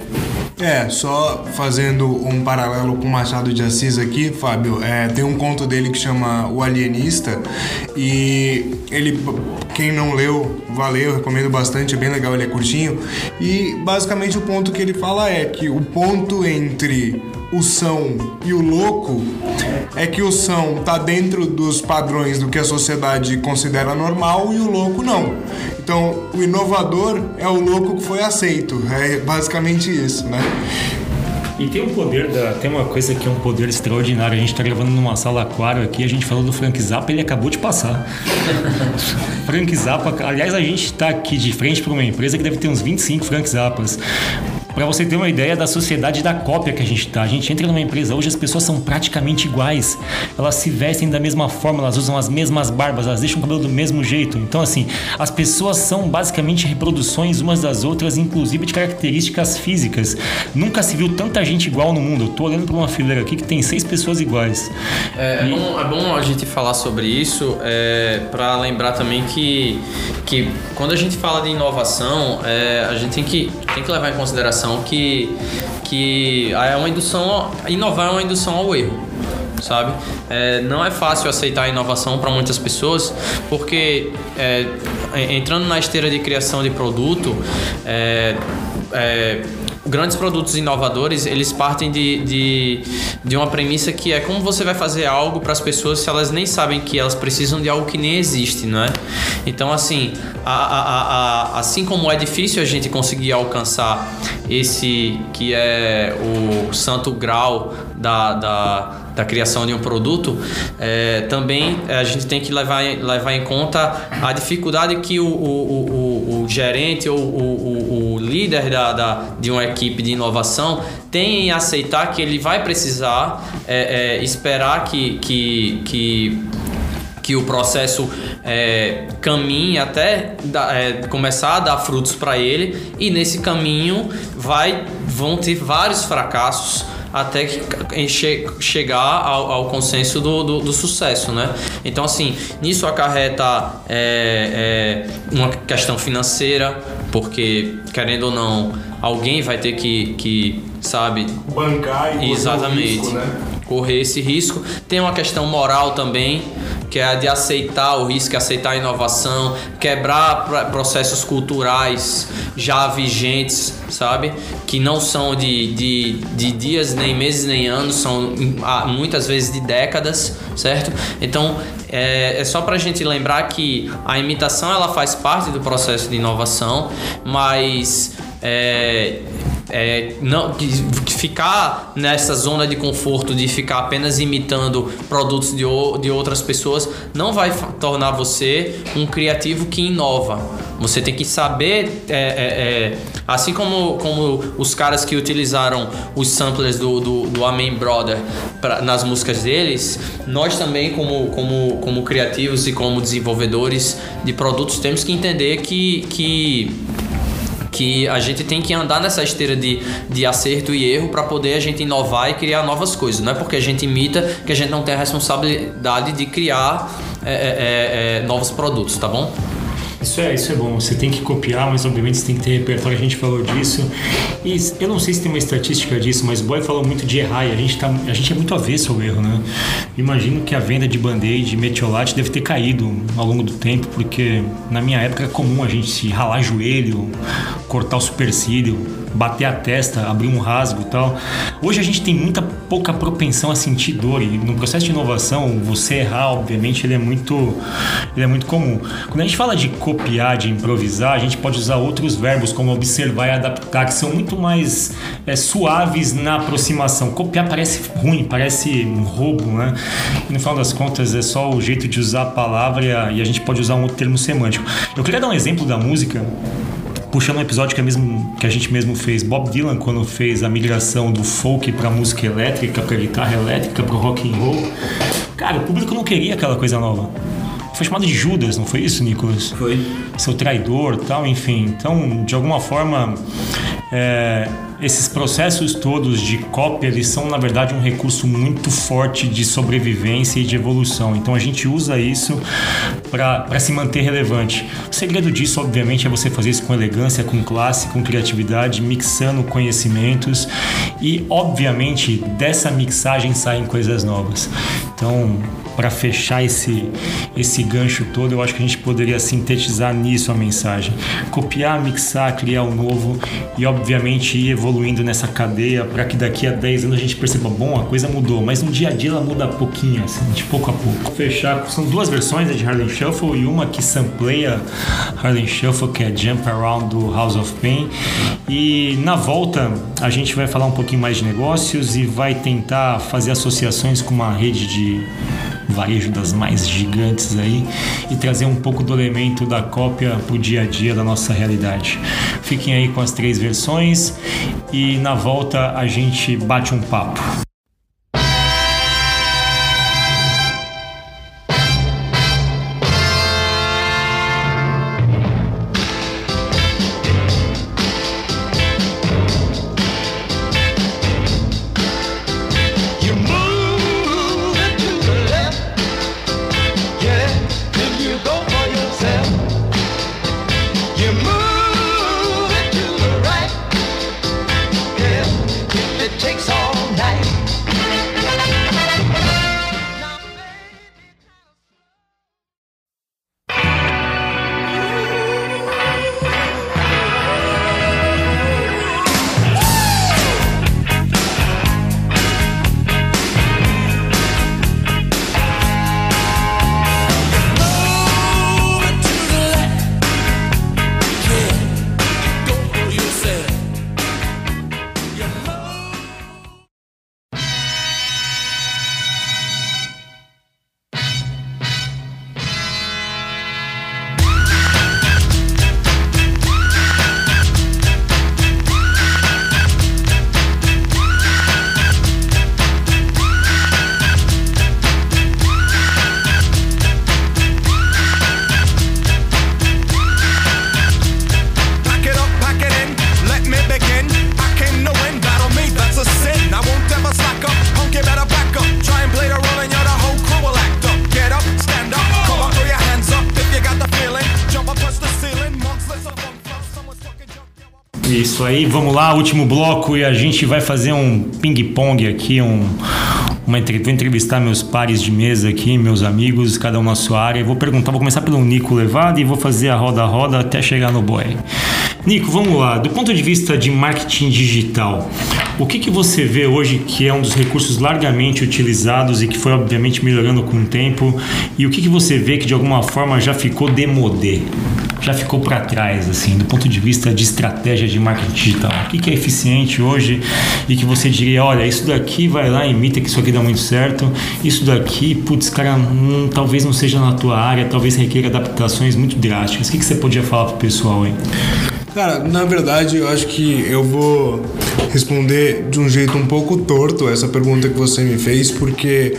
Só fazendo um paralelo com Machado de Assis aqui, Fábio, tem um conto dele que chama O Alienista, e ele, quem não leu, valeu, recomendo bastante, é bem legal, ele é curtinho, e basicamente o ponto que ele fala é que o ponto entre o são e o louco é que o são tá dentro dos padrões do que a sociedade considera normal e o louco não. Então, o inovador é o louco que foi aceito. É basicamente isso, né? E tem um poder, tem uma coisa que é um poder extraordinário. A gente tá gravando numa sala aquário aqui, a gente falou do Frank Zappa, ele acabou de passar. Frank Zappa, aliás, a gente tá aqui de frente para uma empresa que deve ter uns 25 Frank Zappas. Para você ter uma ideia da sociedade da cópia que a gente tá. A gente entra numa empresa hoje, as pessoas são praticamente iguais. Elas se vestem da mesma forma, elas usam as mesmas barbas, elas deixam o cabelo do mesmo jeito. Então, assim, as pessoas são basicamente reproduções umas das outras, inclusive de características físicas. Nunca se viu tanta gente igual no mundo. Eu tô olhando para uma fileira aqui que tem 6 pessoas iguais. É bom a gente falar sobre isso, para lembrar também que quando a gente fala de inovação, a gente tem que levar em consideração que é uma indução, inovar é uma indução ao erro, sabe? Não é fácil aceitar a inovação para muitas pessoas, porque entrando na esteira de criação de produto, grandes produtos inovadores, eles partem de uma premissa que é como você vai fazer algo para as pessoas se elas nem sabem que elas precisam de algo que nem existe, não é? Então, assim, assim como é difícil a gente conseguir alcançar esse que é o santo grau da criação de um produto, também a gente tem que levar em conta a dificuldade que o gerente ou o líder de uma equipe de inovação tem em aceitar que ele vai precisar esperar que o processo caminhe até começar a dar frutos para ele, e nesse caminho vão ter vários fracassos até chegar ao consenso do sucesso, né? Então, assim, nisso acarreta uma questão financeira, porque, querendo ou não, alguém vai ter que sabe, bancar e exatamente, risco, né? Correr esse risco. Tem uma questão moral também, que é a de aceitar o risco, aceitar a inovação, quebrar processos culturais já vigentes, sabe? Que não são de dias, nem meses, nem anos, são muitas vezes de décadas, certo? Então, é só pra gente lembrar que a imitação, ela faz parte do processo de inovação, mas não ficar nessa zona de conforto de ficar apenas imitando produtos de outras pessoas não vai tornar você um criativo que inova. Você tem que saber, assim como os caras que utilizaram os samplers do Amen Brother nas músicas deles, nós também como criativos e como desenvolvedores de produtos temos que entender que a gente tem que andar nessa esteira de acerto e erro para poder a gente inovar e criar novas coisas. Não é porque a gente imita que a gente não tem a responsabilidade de criar novos produtos, tá bom? Isso é bom, você tem que copiar, mas obviamente você tem que ter repertório, a gente falou disso. E eu não sei se tem uma estatística disso, mas o Boy falou muito de errar e a gente é muito avesso ao erro, né? Imagino que a venda de Band-Aid, Metiolate deve ter caído ao longo do tempo, porque na minha época era comum a gente ralar joelho, cortar o supercílio, bater a testa, abrir um rasgo e tal. Hoje a gente tem pouca propensão a sentir dor, e no processo de inovação, você errar, obviamente, ele é muito comum. Quando a gente fala de copiar, de improvisar, a gente pode usar outros verbos como observar e adaptar, que são muito mais suaves na aproximação. Copiar parece ruim, parece um roubo, né? E no final das contas é só o jeito de usar a palavra e a gente pode usar um outro termo semântico. Eu queria dar um exemplo da música, puxando um episódio que a gente mesmo fez. Bob Dylan, quando fez a migração do folk para música elétrica, para guitarra elétrica, para rock and roll, cara, o público não queria aquela coisa nova. Foi chamado de Judas, não foi isso, Nicolas? Foi. Seu traidor, tal, enfim. Então, de alguma forma, esses processos todos de cópia, eles são, na verdade, um recurso muito forte de sobrevivência e de evolução. Então, a gente usa isso para se manter relevante. O segredo disso, obviamente, é você fazer isso com elegância, com classe, com criatividade, mixando conhecimentos e, obviamente, dessa mixagem saem coisas novas. Então, para fechar esse gancho todo, eu acho que a gente poderia sintetizar nisso a mensagem. Copiar, mixar, criar o novo e, obviamente, ir evoluindo evoluindo nessa cadeia para que daqui a 10 anos a gente perceba, bom, a coisa mudou, mas no dia a dia ela muda pouquinho, assim, de pouco a pouco. Vou fechar, são duas versões de Harlem Shuffle e uma que sampleia Harlem Shuffle, que é Jump Around do House of Pain. E na volta a gente vai falar um pouquinho mais de negócios e vai tentar fazer associações com uma rede de varejo das mais gigantes aí e trazer um pouco do elemento da cópia pro dia a dia da nossa realidade. Fiquem aí com as 3 versões e na volta a gente bate um papo. Isso aí, vamos lá, último bloco e a gente vai fazer um ping-pong aqui, vou entrevistar meus pares de mesa aqui, meus amigos, cada um na sua área. Vou começar pelo Nico Levado e vou fazer a roda até chegar no boy. Nico, vamos lá, do ponto de vista de marketing digital, o que você vê hoje que é um dos recursos largamente utilizados e que foi obviamente melhorando com o tempo, e o que você vê que de alguma forma já ficou démodé? Já ficou para trás, assim, do ponto de vista de estratégia de marketing digital? O que é eficiente hoje e que você diria, olha, isso daqui vai lá, imita que isso aqui dá muito certo, isso daqui, putz, cara, talvez não seja na tua área, talvez requeira adaptações muito drásticas. O que você podia falar pro pessoal aí? Cara, na verdade, eu acho que eu vou responder de um jeito um pouco torto essa pergunta que você me fez, porque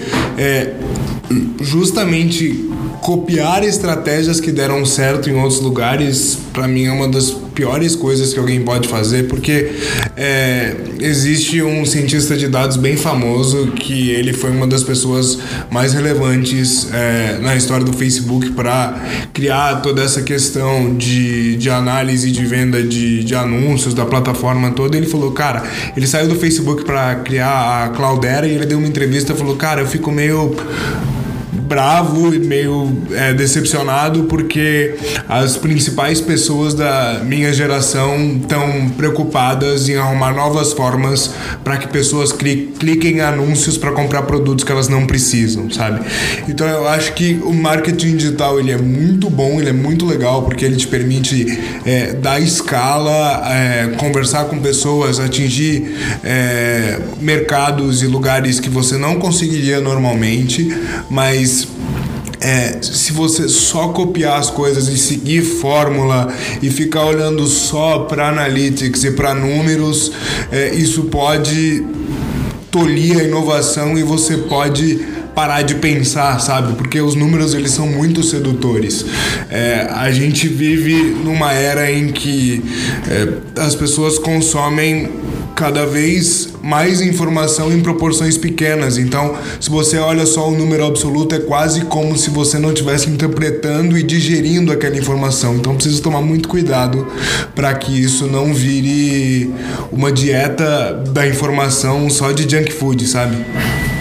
justamente copiar estratégias que deram certo em outros lugares, pra mim é uma das piores coisas que alguém pode fazer, porque existe um cientista de dados bem famoso que ele foi uma das pessoas mais relevantes na história do Facebook para criar toda essa questão de análise de venda de anúncios da plataforma toda. Ele falou, cara, ele saiu do Facebook para criar a Cloudera e ele deu uma entrevista e falou, cara, eu fico meio bravo e meio decepcionado porque as principais pessoas da minha geração estão preocupadas em arrumar novas formas para que pessoas cliquem em anúncios para comprar produtos que elas não precisam, sabe? Então eu acho que o marketing digital ele é muito bom, ele é muito legal porque ele te permite dar escala, conversar com pessoas, atingir mercados e lugares que você não conseguiria normalmente, mas se você só copiar as coisas e seguir fórmula e ficar olhando só para analytics e para números, isso pode tolir a inovação e você pode parar de pensar, sabe? Porque os números eles são muito sedutores. A gente vive numa era em que as pessoas consomem cada vez mais informação em proporções pequenas. Então, se você olha só o número absoluto, é quase como se você não estivesse interpretando e digerindo aquela informação. Então, precisa tomar muito cuidado para que isso não vire uma dieta da informação só de junk food, sabe?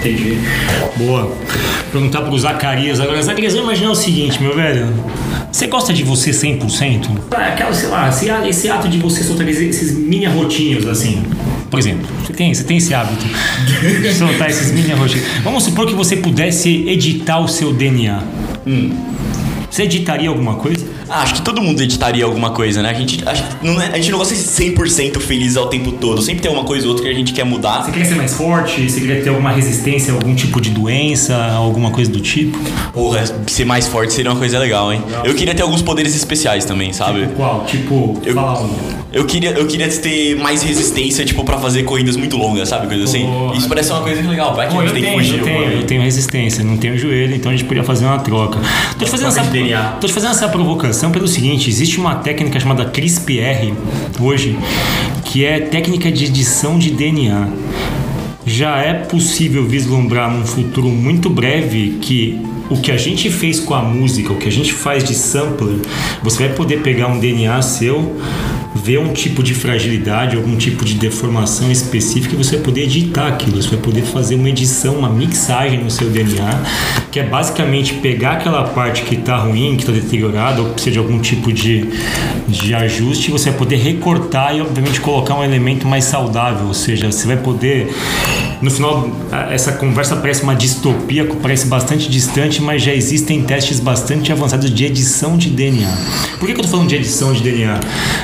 Entendi. Boa. Perguntar pro Zacarias agora. Zacarias, eu imaginar o seguinte, meu velho. Você gosta de você 100%? Aquela, sei lá, esse ato de você soltar esses mini arrotinhos, assim. Por exemplo, você tem esse hábito de soltar esses mini arrotinhos. Vamos supor que você pudesse editar o seu DNA. Você editaria alguma coisa? Acho que todo mundo editaria alguma coisa, né? A gente não gosta de ser 100% feliz ao tempo todo. Sempre tem uma coisa ou outra que a gente quer mudar. Você queria ser mais forte? Você queria ter alguma resistência a algum tipo de doença? Alguma coisa do tipo? Porra, ser mais forte seria uma coisa legal, hein? Eu queria ter alguns poderes especiais também, sabe? Tipo qual? Fala um. Eu queria ter mais resistência, tipo, pra fazer corridas muito longas, sabe? Coisa assim. Isso parece uma coisa legal. Vai que a gente tem que fugir. Eu tenho resistência, não tenho joelho, então a gente podia fazer uma troca. Tô te fazendo essa provocação pelo seguinte: existe uma técnica chamada CRISPR hoje, que é técnica de edição de DNA. Já é possível vislumbrar num futuro muito breve que o que a gente fez com a música, o que a gente faz de sampler, você vai poder pegar um DNA seu, ver um tipo de fragilidade, algum tipo de deformação específica e você vai poder editar aquilo. Você vai poder fazer uma edição, uma mixagem no seu DNA, que é basicamente pegar aquela parte que está ruim, que está deteriorada ou que precisa de algum tipo de ajuste, e você vai poder recortar e obviamente colocar um elemento mais saudável. Ou seja, você vai poder... No final, essa conversa parece uma distopia, parece bastante distante, mas já existem testes bastante avançados de edição de DNA. Por que eu estou falando de edição de DNA?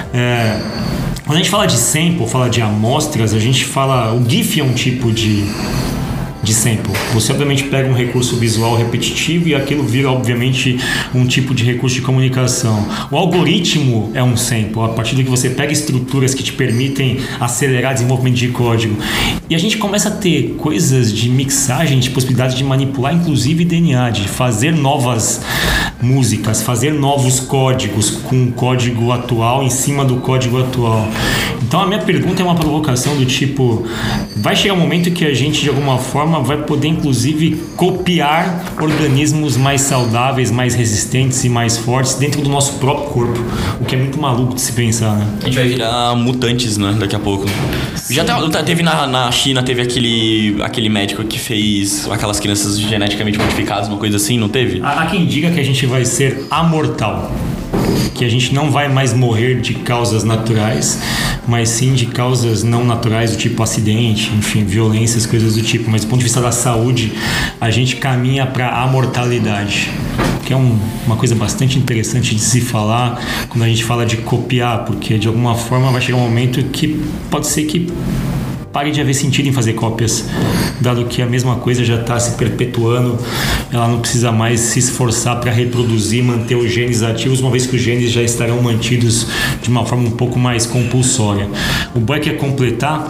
Quando a gente fala de sample, fala de amostras, a gente fala... O GIF é um tipo de sample. Você obviamente pega um recurso visual repetitivo e aquilo vira obviamente um tipo de recurso de comunicação. O algoritmo é um sample, a partir do que você pega estruturas que te permitem acelerar o desenvolvimento de código. E a gente começa a ter coisas de mixagem, de possibilidade de manipular inclusive DNA, de fazer novas músicas, fazer novos códigos com o código atual em cima do código atual. Então a minha pergunta é uma provocação do tipo: vai chegar um momento que a gente de alguma forma vai poder inclusive copiar organismos mais saudáveis, mais resistentes e mais fortes dentro do nosso próprio corpo, o que é muito maluco de se pensar, né? A gente vai virar mutantes, né, daqui a pouco. Já teve na China, teve aquele médico que fez aquelas crianças geneticamente modificadas, uma coisa assim, não teve? Há quem diga que a gente vai ser amortal, que a gente não vai mais morrer de causas naturais, mas sim de causas não naturais, do tipo acidente, enfim, violências, coisas do tipo. Mas do ponto de vista da saúde, a gente caminha para a mortalidade, que é uma coisa bastante interessante de se falar quando a gente fala de copiar, porque de alguma forma vai chegar um momento que pode ser que pare de haver sentido em fazer cópias, dado que a mesma coisa já está se perpetuando, ela não precisa mais se esforçar para reproduzir, manter os genes ativos, uma vez que os genes já estarão mantidos de uma forma um pouco mais compulsória. O Boy quer completar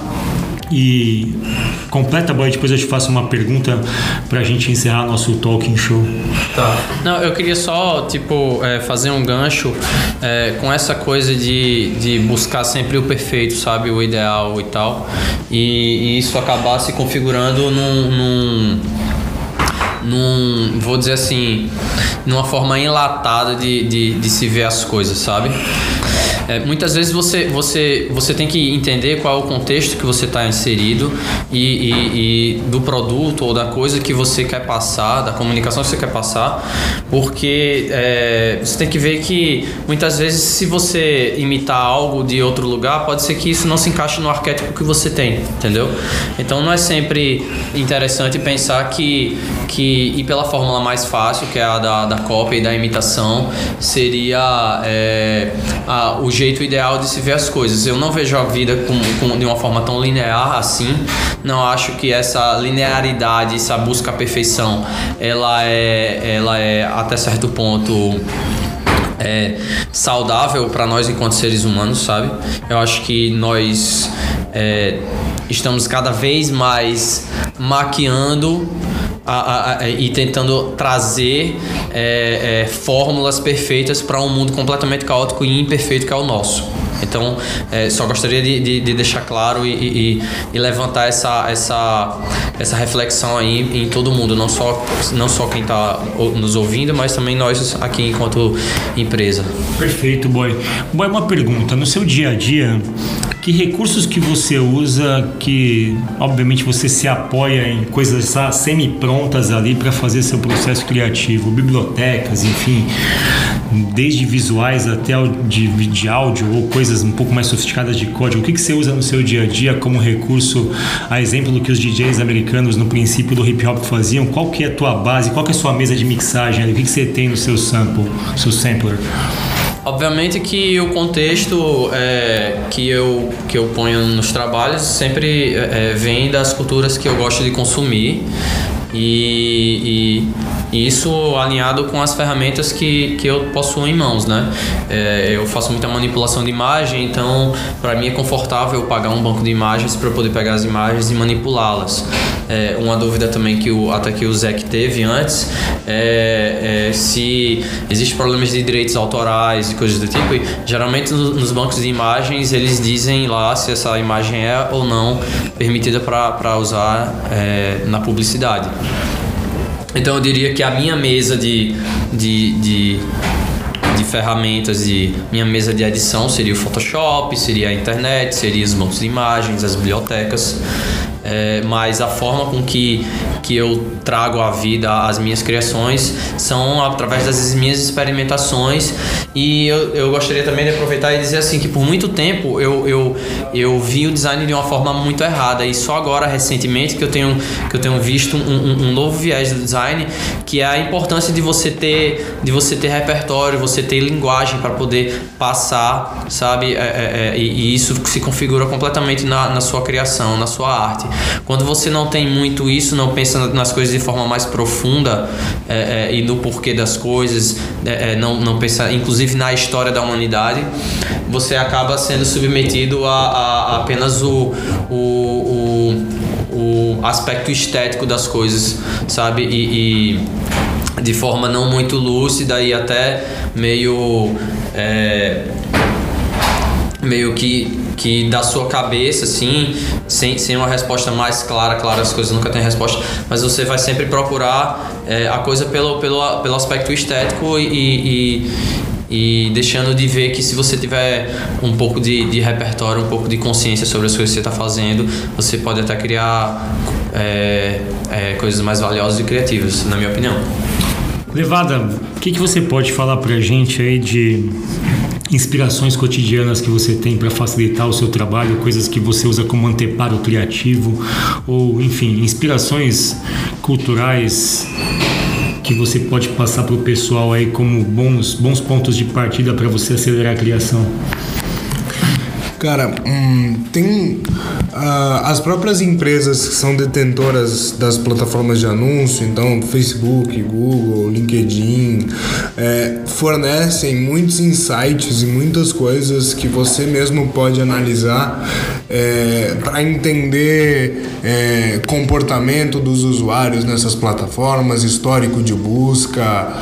e completa, Boy, depois eu te faço uma pergunta pra gente encerrar nosso talking show. Tá. Não, eu queria só, fazer um gancho com essa coisa de buscar sempre o perfeito, sabe? O ideal e tal. E isso acabar se configurando vou dizer assim, numa forma enlatada de se ver as coisas, sabe? Muitas vezes você tem que entender qual é o contexto que você está inserido e do produto ou da coisa que você quer passar, da comunicação que você quer passar, porque você tem que ver que muitas vezes, se você imitar algo de outro lugar, pode ser que isso não se encaixe no arquétipo que você tem, entendeu? Então não é sempre interessante pensar que ir pela fórmula mais fácil, que é a da cópia e da imitação, seria o jeito ideal de se ver as coisas. Eu não vejo a vida de uma forma tão linear assim. Não acho que essa linearidade, essa busca à perfeição, ela é até certo ponto saudável para nós enquanto seres humanos, sabe? Eu acho que nós estamos cada vez mais maquiando e tentando trazer fórmulas perfeitas para um mundo completamente caótico e imperfeito que é o nosso. Então, só gostaria de deixar claro e levantar essa reflexão aí em todo mundo, não só quem está nos ouvindo, mas também nós aqui enquanto empresa. Perfeito, Boy. Boy, uma pergunta. No seu dia a dia, que recursos que você usa, que obviamente você se apoia em coisas semi-prontas ali para fazer seu processo criativo, bibliotecas, enfim, desde visuais até de áudio ou coisas um pouco mais sofisticadas de código. O que você usa no seu dia a dia como recurso, a exemplo do que os DJs americanos no princípio do hip hop faziam? Qual que é a tua base, qual que é a sua mesa de mixagem ali? O que você tem no seu sampler? Obviamente que o contexto que eu ponho nos trabalhos sempre vem das culturas que eu gosto de consumir e isso alinhado com as ferramentas que eu possuo em mãos, né? Eu faço muita manipulação de imagem, então para mim é confortável eu pagar um banco de imagens para eu poder pegar as imagens e manipulá-las. Uma dúvida também até que o Zeke teve antes se existe problemas de direitos autorais e coisas do tipo. E, geralmente nos bancos de imagens eles dizem lá se essa imagem é ou não permitida para usar na publicidade. Então eu diria que a minha mesa de ferramentas, minha mesa de edição seria o Photoshop, seria a internet, seria os bancos de imagens, as bibliotecas. Mas a forma com que eu trago à vida as minhas criações são através das minhas experimentações. E eu gostaria também de aproveitar e dizer assim que por muito tempo eu vi o design de uma forma muito errada, e só agora recentemente que eu tenho visto um novo viés do design, que é a importância de você ter repertório, você ter linguagem para poder passar, sabe? E isso se configura completamente na sua criação, na sua arte. Quando você não tem muito isso, não pensa nas coisas de forma mais profunda e no porquê das coisas, não pensa inclusive na história da humanidade, você acaba sendo submetido a apenas o aspecto estético das coisas, sabe? E de forma não muito lúcida e até meio que da sua cabeça, assim, sem uma resposta mais clara, as coisas nunca têm resposta, mas você vai sempre procurar a coisa pelo aspecto estético e deixando de ver que se você tiver um pouco de repertório, um pouco de consciência sobre as coisas que você está fazendo, você pode até criar coisas mais valiosas e criativas, na minha opinião. Levada, o que você pode falar pra gente aí de inspirações cotidianas que você tem para facilitar o seu trabalho, coisas que você usa como anteparo criativo, ou enfim, inspirações culturais que você pode passar para o pessoal aí como bons pontos de partida para você acelerar a criação? Cara, tem as próprias empresas que são detentoras das plataformas de anúncio, então Facebook, Google, LinkedIn, fornecem muitos insights e muitas coisas que você mesmo pode analisar para entender comportamento dos usuários nessas plataformas, histórico de busca,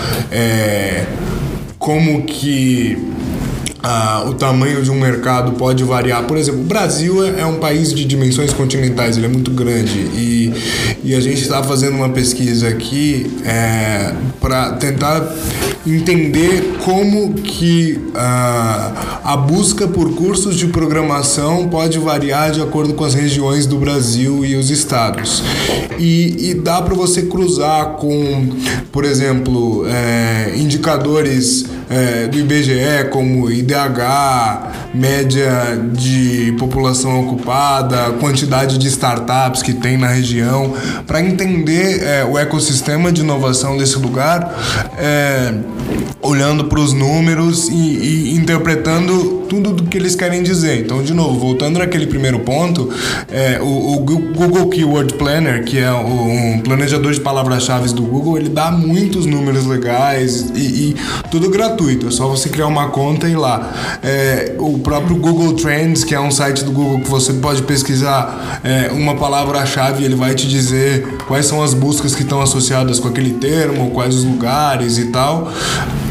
como que o tamanho de um mercado pode variar. Por exemplo, o Brasil é um país de dimensões continentais, ele é muito grande e a gente está fazendo uma pesquisa aqui para tentar entender como que a busca por cursos de programação pode variar de acordo com as regiões do Brasil e os estados. E dá para você cruzar com, por exemplo, indicadores do IBGE, como IDH, média de população ocupada, quantidade de startups que tem na região, para entender o ecossistema de inovação desse lugar, olhando para os números e interpretando tudo do que eles querem dizer. Então, de novo, voltando naquele primeiro ponto, o Google Keyword Planner, que é um planejador de palavras-chave do Google, ele dá muitos números legais e tudo gratuito, é só você criar uma conta e ir lá. O próprio Google Trends, que é um site do Google que você pode pesquisar uma palavra-chave e ele vai te dizer quais são as buscas que estão associadas com aquele termo, quais os lugares e tal.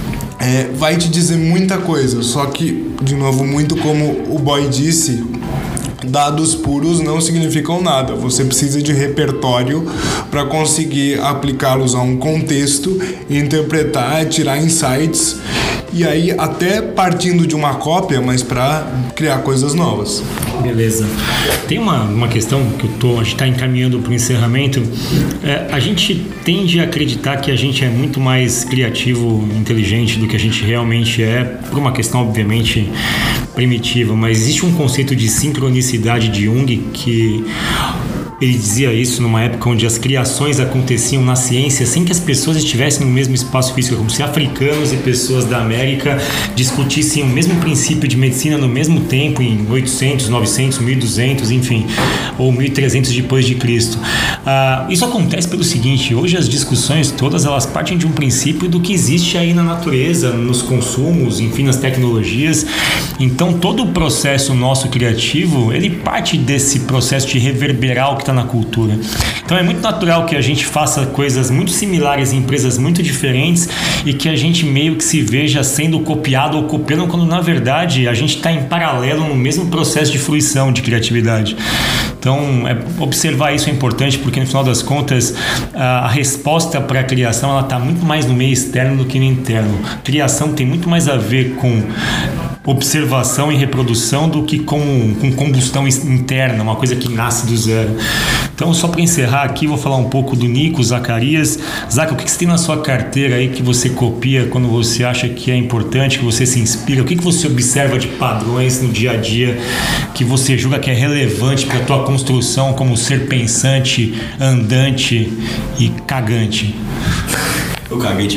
vai te dizer muita coisa, só que, de novo, muito como o Boy disse, dados puros não significam nada. Você precisa de repertório para conseguir aplicá-los a um contexto, interpretar, tirar insights, e aí até partindo de uma cópia, mas para criar coisas novas. Beleza. Tem uma questão que a gente está encaminhando para o encerramento. A gente tende a acreditar que a gente é muito mais criativo, inteligente do que a gente realmente é, por uma questão obviamente primitiva, mas existe um conceito de sincronicidade de Jung que ele dizia isso numa época onde as criações aconteciam na ciência sem que as pessoas estivessem no mesmo espaço físico, como se africanos e pessoas da América discutissem o mesmo princípio de medicina no mesmo tempo, em 800, 900, 1200, enfim, ou 1300 depois de Cristo. Isso acontece pelo seguinte: hoje as discussões todas elas partem de um princípio do que existe aí na natureza, nos consumos, enfim, nas tecnologias. Então todo o processo nosso criativo, ele parte desse processo de reverberar o que está na cultura. Então é muito natural que a gente faça coisas muito similares em empresas muito diferentes e que a gente meio que se veja sendo copiado ou copiando, quando na verdade a gente está em paralelo no mesmo processo de fruição de criatividade. Então observar isso é importante, porque no final das contas a resposta para a criação ela está muito mais no meio externo do que no interno. Criação tem muito mais a ver com observação e reprodução do que com combustão interna, uma coisa que nasce do zero. Então, só para encerrar aqui, vou falar um pouco do Nico, Zacarias. Zaca, o que você tem na sua carteira aí que você copia quando você acha que é importante, que você se inspira? O que você observa de padrões no dia a dia que você julga que é relevante para a tua construção como ser pensante, andante e cagante? O cagante.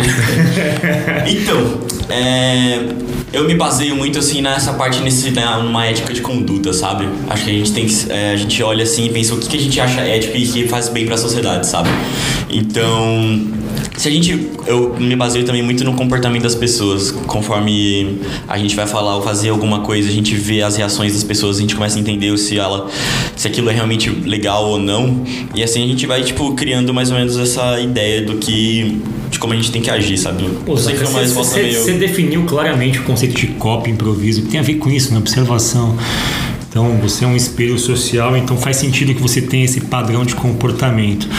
Então, eu me baseio muito assim nessa parte, numa ética de conduta, sabe? Acho que a gente olha assim e pensa o que a gente acha ético e que faz bem pra sociedade, sabe? Então, eu me baseio também muito no comportamento das pessoas. Conforme a gente vai falar ou fazer alguma coisa, a gente vê as reações das pessoas, a gente começa a entender se aquilo é realmente legal ou não. E assim a gente vai, criando mais ou menos essa ideia de como a gente tem que agir, sabe? Você definiu claramente o conceito de copy, improviso, que tem a ver com isso, na observação. Então, você é um espelho social, então faz sentido que você tenha esse padrão de comportamento.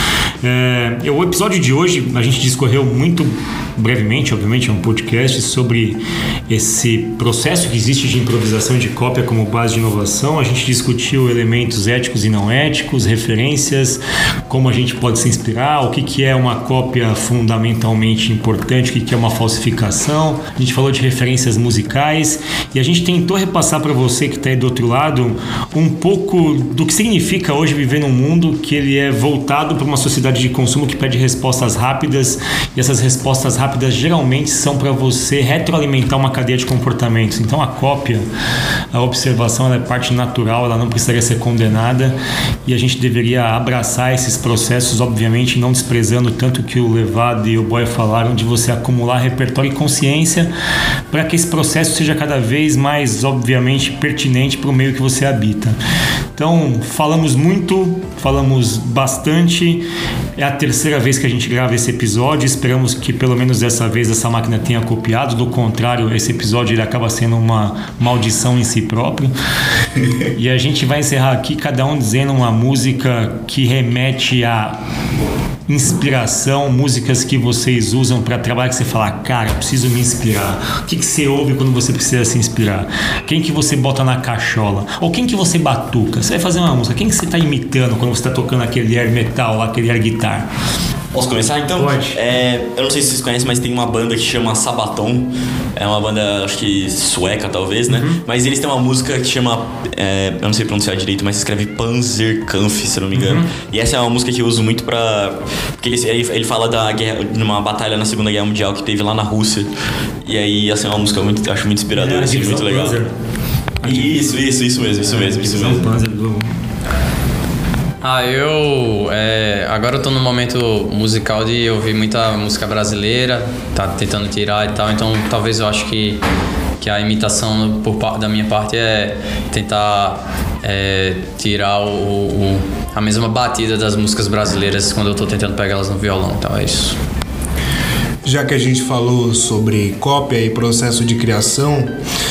O episódio de hoje, a gente discorreu muito brevemente, obviamente é um podcast, sobre esse processo que existe de improvisação e de cópia como base de inovação. A gente discutiu elementos éticos e não éticos, referências, como a gente pode se inspirar, o que é uma cópia fundamentalmente importante, o que é uma falsificação. A gente falou de referências musicais e a gente tentou repassar para você que está aí do outro lado um pouco do que significa hoje viver num mundo que ele é voltado para uma sociedade de consumo que pede respostas rápidas, e essas respostas rápidas geralmente são para você retroalimentar uma cadeia de comportamentos. Então a cópia, a observação, ela é parte natural, ela não precisaria ser condenada, e a gente deveria abraçar esses processos, obviamente não desprezando tanto que o Levado e o Boy falaram de você acumular repertório e consciência para que esse processo seja cada vez mais, obviamente, pertinente para o meio que você habita. Então, falamos muito, falamos bastante. É a terceira vez que a gente grava esse episódio. Esperamos que pelo menos dessa vez essa máquina tenha copiado. Do contrário, esse episódio ele acaba sendo uma maldição em si próprio. E a gente vai encerrar aqui, cada um dizendo uma música que remete a inspiração, músicas que vocês usam para trabalhar, que você fala, cara, preciso me inspirar. O que você ouve quando você precisa se inspirar? Quem que você bota na cachola? Ou quem que você batuca? Você vai fazer uma música, quem que você está imitando quando você está tocando aquele air metal, aquele air guitar? Posso começar então? Pode. Eu não sei se vocês conhecem, mas tem uma banda que chama Sabaton. É uma banda, acho que sueca talvez, né? Mas eles têm uma música que chama, eu não sei pronunciar direito, mas se escreve Panzerkampf, se eu não me engano. E essa é uma música que eu uso muito pra... Porque ele fala da guerra, numa batalha na Segunda Guerra Mundial que teve lá na Rússia. E aí, assim, é uma música eu acho muito inspiradora, assim, muito legal. Isso mesmo. Panzer do... Agora eu tô num momento musical de ouvir muita música brasileira, tá tentando tirar e tal, então talvez eu acho que a imitação da minha parte é tentar tirar a mesma batida das músicas brasileiras quando eu tô tentando pegar elas no violão, então é isso. já que a gente falou sobre cópia e processo de criação,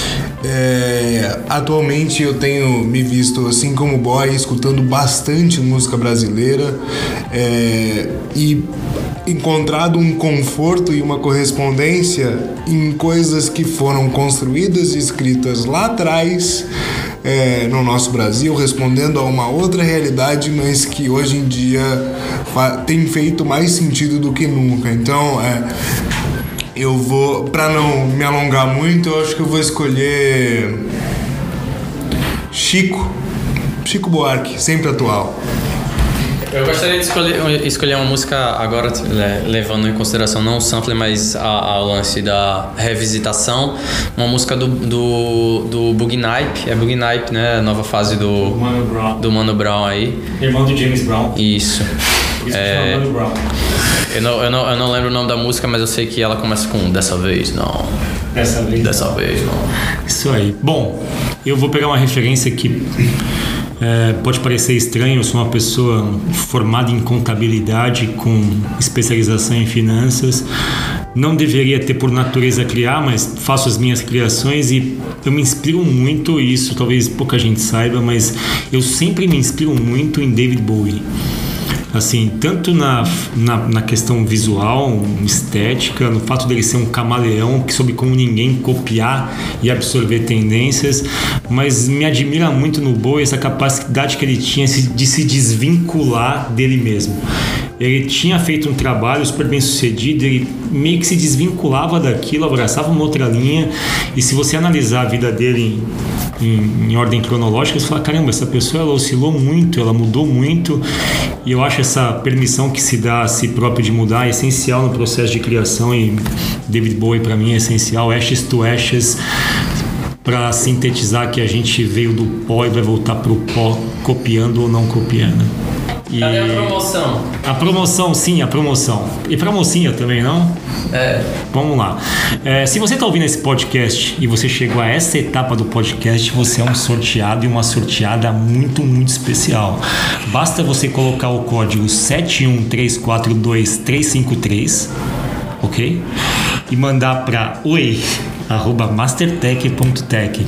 atualmente eu tenho me visto, assim como boy, escutando bastante música brasileira e encontrado um conforto e uma correspondência em coisas que foram construídas e escritas lá atrás no nosso Brasil, respondendo a uma outra realidade, mas que hoje em dia tem feito mais sentido do que nunca. Então, eu vou, para não me alongar muito, eu acho que eu vou escolher Chico Buarque, sempre atual. Eu gostaria de escolher uma música agora, levando em consideração não o sample, mas ao lance da revisitação, uma música do Bug Nipe, Bug Nipe, né? A nova fase do Mano Brown aí. Irmão do James Brown. Isso. Por isso que chama Mano Brown. Eu não lembro o nome da música, mas eu sei que ela começa com Dessa Vez Não. Dessa vez não. Isso aí. Bom, eu vou pegar uma referência que pode parecer estranho. Eu sou uma pessoa formada em contabilidade com especialização em finanças. Não deveria ter por natureza criar, mas faço as minhas criações e eu me inspiro muito, e isso talvez pouca gente saiba, mas eu sempre me inspiro muito em David Bowie. Assim, tanto na questão visual, estética, no fato dele ser um camaleão que soube como ninguém copiar e absorver tendências, mas me admira muito no Bowie essa capacidade que ele tinha de se desvincular dele mesmo. Ele tinha feito um trabalho super bem sucedido, ele meio que se desvinculava daquilo, abraçava uma outra linha, e se você analisar a vida dele em ordem cronológica, você fala, caramba, essa pessoa ela oscilou muito, ela mudou muito, e eu acho essa permissão que se dá a si próprio de mudar é essencial no processo de criação, e David Bowie para mim é essencial. Ashes to Ashes, para sintetizar que a gente veio do pó e vai voltar pro pó, copiando ou não copiando. Cadê a promoção? A promoção, sim, a promoção. E pra mocinha também, não? Vamos lá. Se você tá ouvindo esse podcast e você chegou a essa etapa do podcast, você é um sorteado e uma sorteada muito, muito especial. Basta você colocar o código 713425353, ok? E mandar pra oi@mastertech.tech.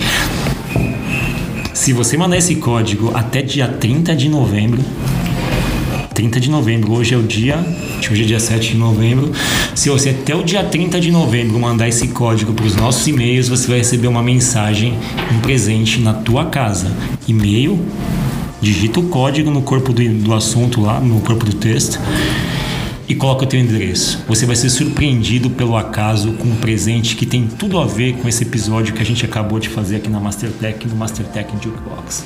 Se você mandar esse código até dia 30 de novembro, hoje é o dia... Hoje é dia 7 de novembro. Se você até o dia 30 de novembro mandar esse código para os nossos e-mails, você vai receber uma mensagem, um presente na tua casa. E-mail, digita o código no corpo do assunto lá, no corpo do texto, e coloca o teu endereço. Você vai ser surpreendido pelo acaso com um presente que tem tudo a ver com esse episódio que a gente acabou de fazer aqui na Mastertech, no Mastertech Jukebox.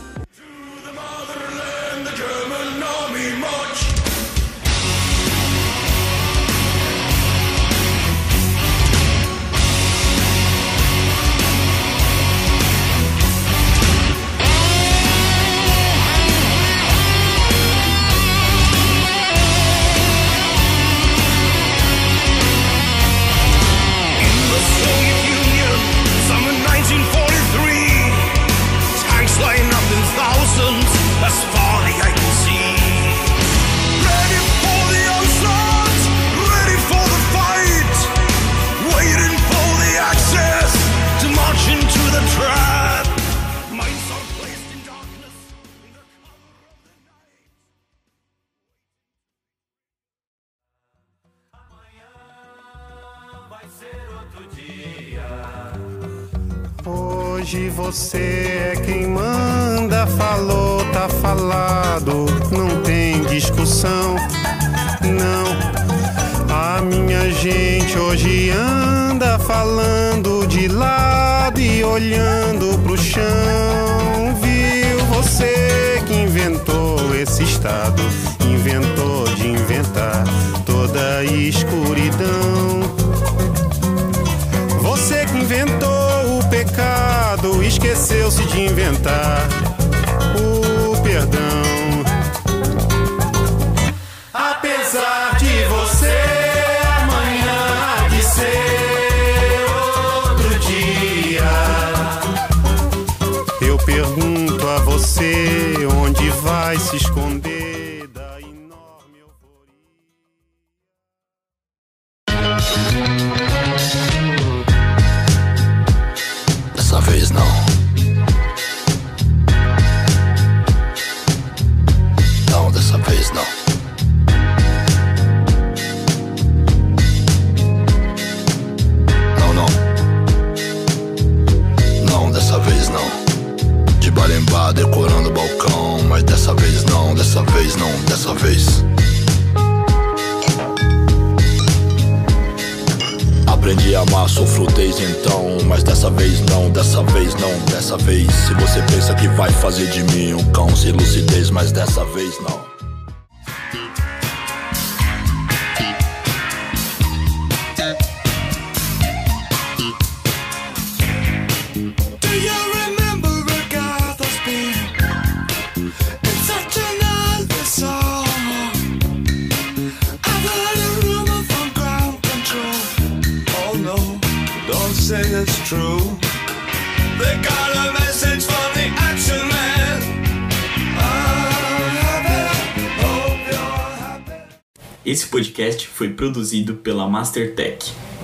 Hoje você é quem manda, falou, tá falado, não tem discussão, não. A minha gente hoje anda falando de lado e olhando pro chão. Viu você que inventou esse estado, inventou de inventar toda a escuridão. Você que inventou o pecado, esqueceu-se de inventar o perdão. Apesar de você, amanhã há de ser outro dia. Eu pergunto a você, onde vai se esconder da enorme euforia? vez não. Não, dessa vez não. Não, não. Não, dessa vez não. De barimbá decorando o balcão, mas dessa vez não, dessa vez não, dessa vez. Aprendi a amar, sofro desde então, mas dessa vez não, dessa vez não, dessa vez. Se você pensa que vai fazer de mim um cão sem lucidez, mas dessa vez não. Say it's true. They got a message from the action man. I'm happy, hope you're happy. Esse podcast foi produzido pela Mastertech.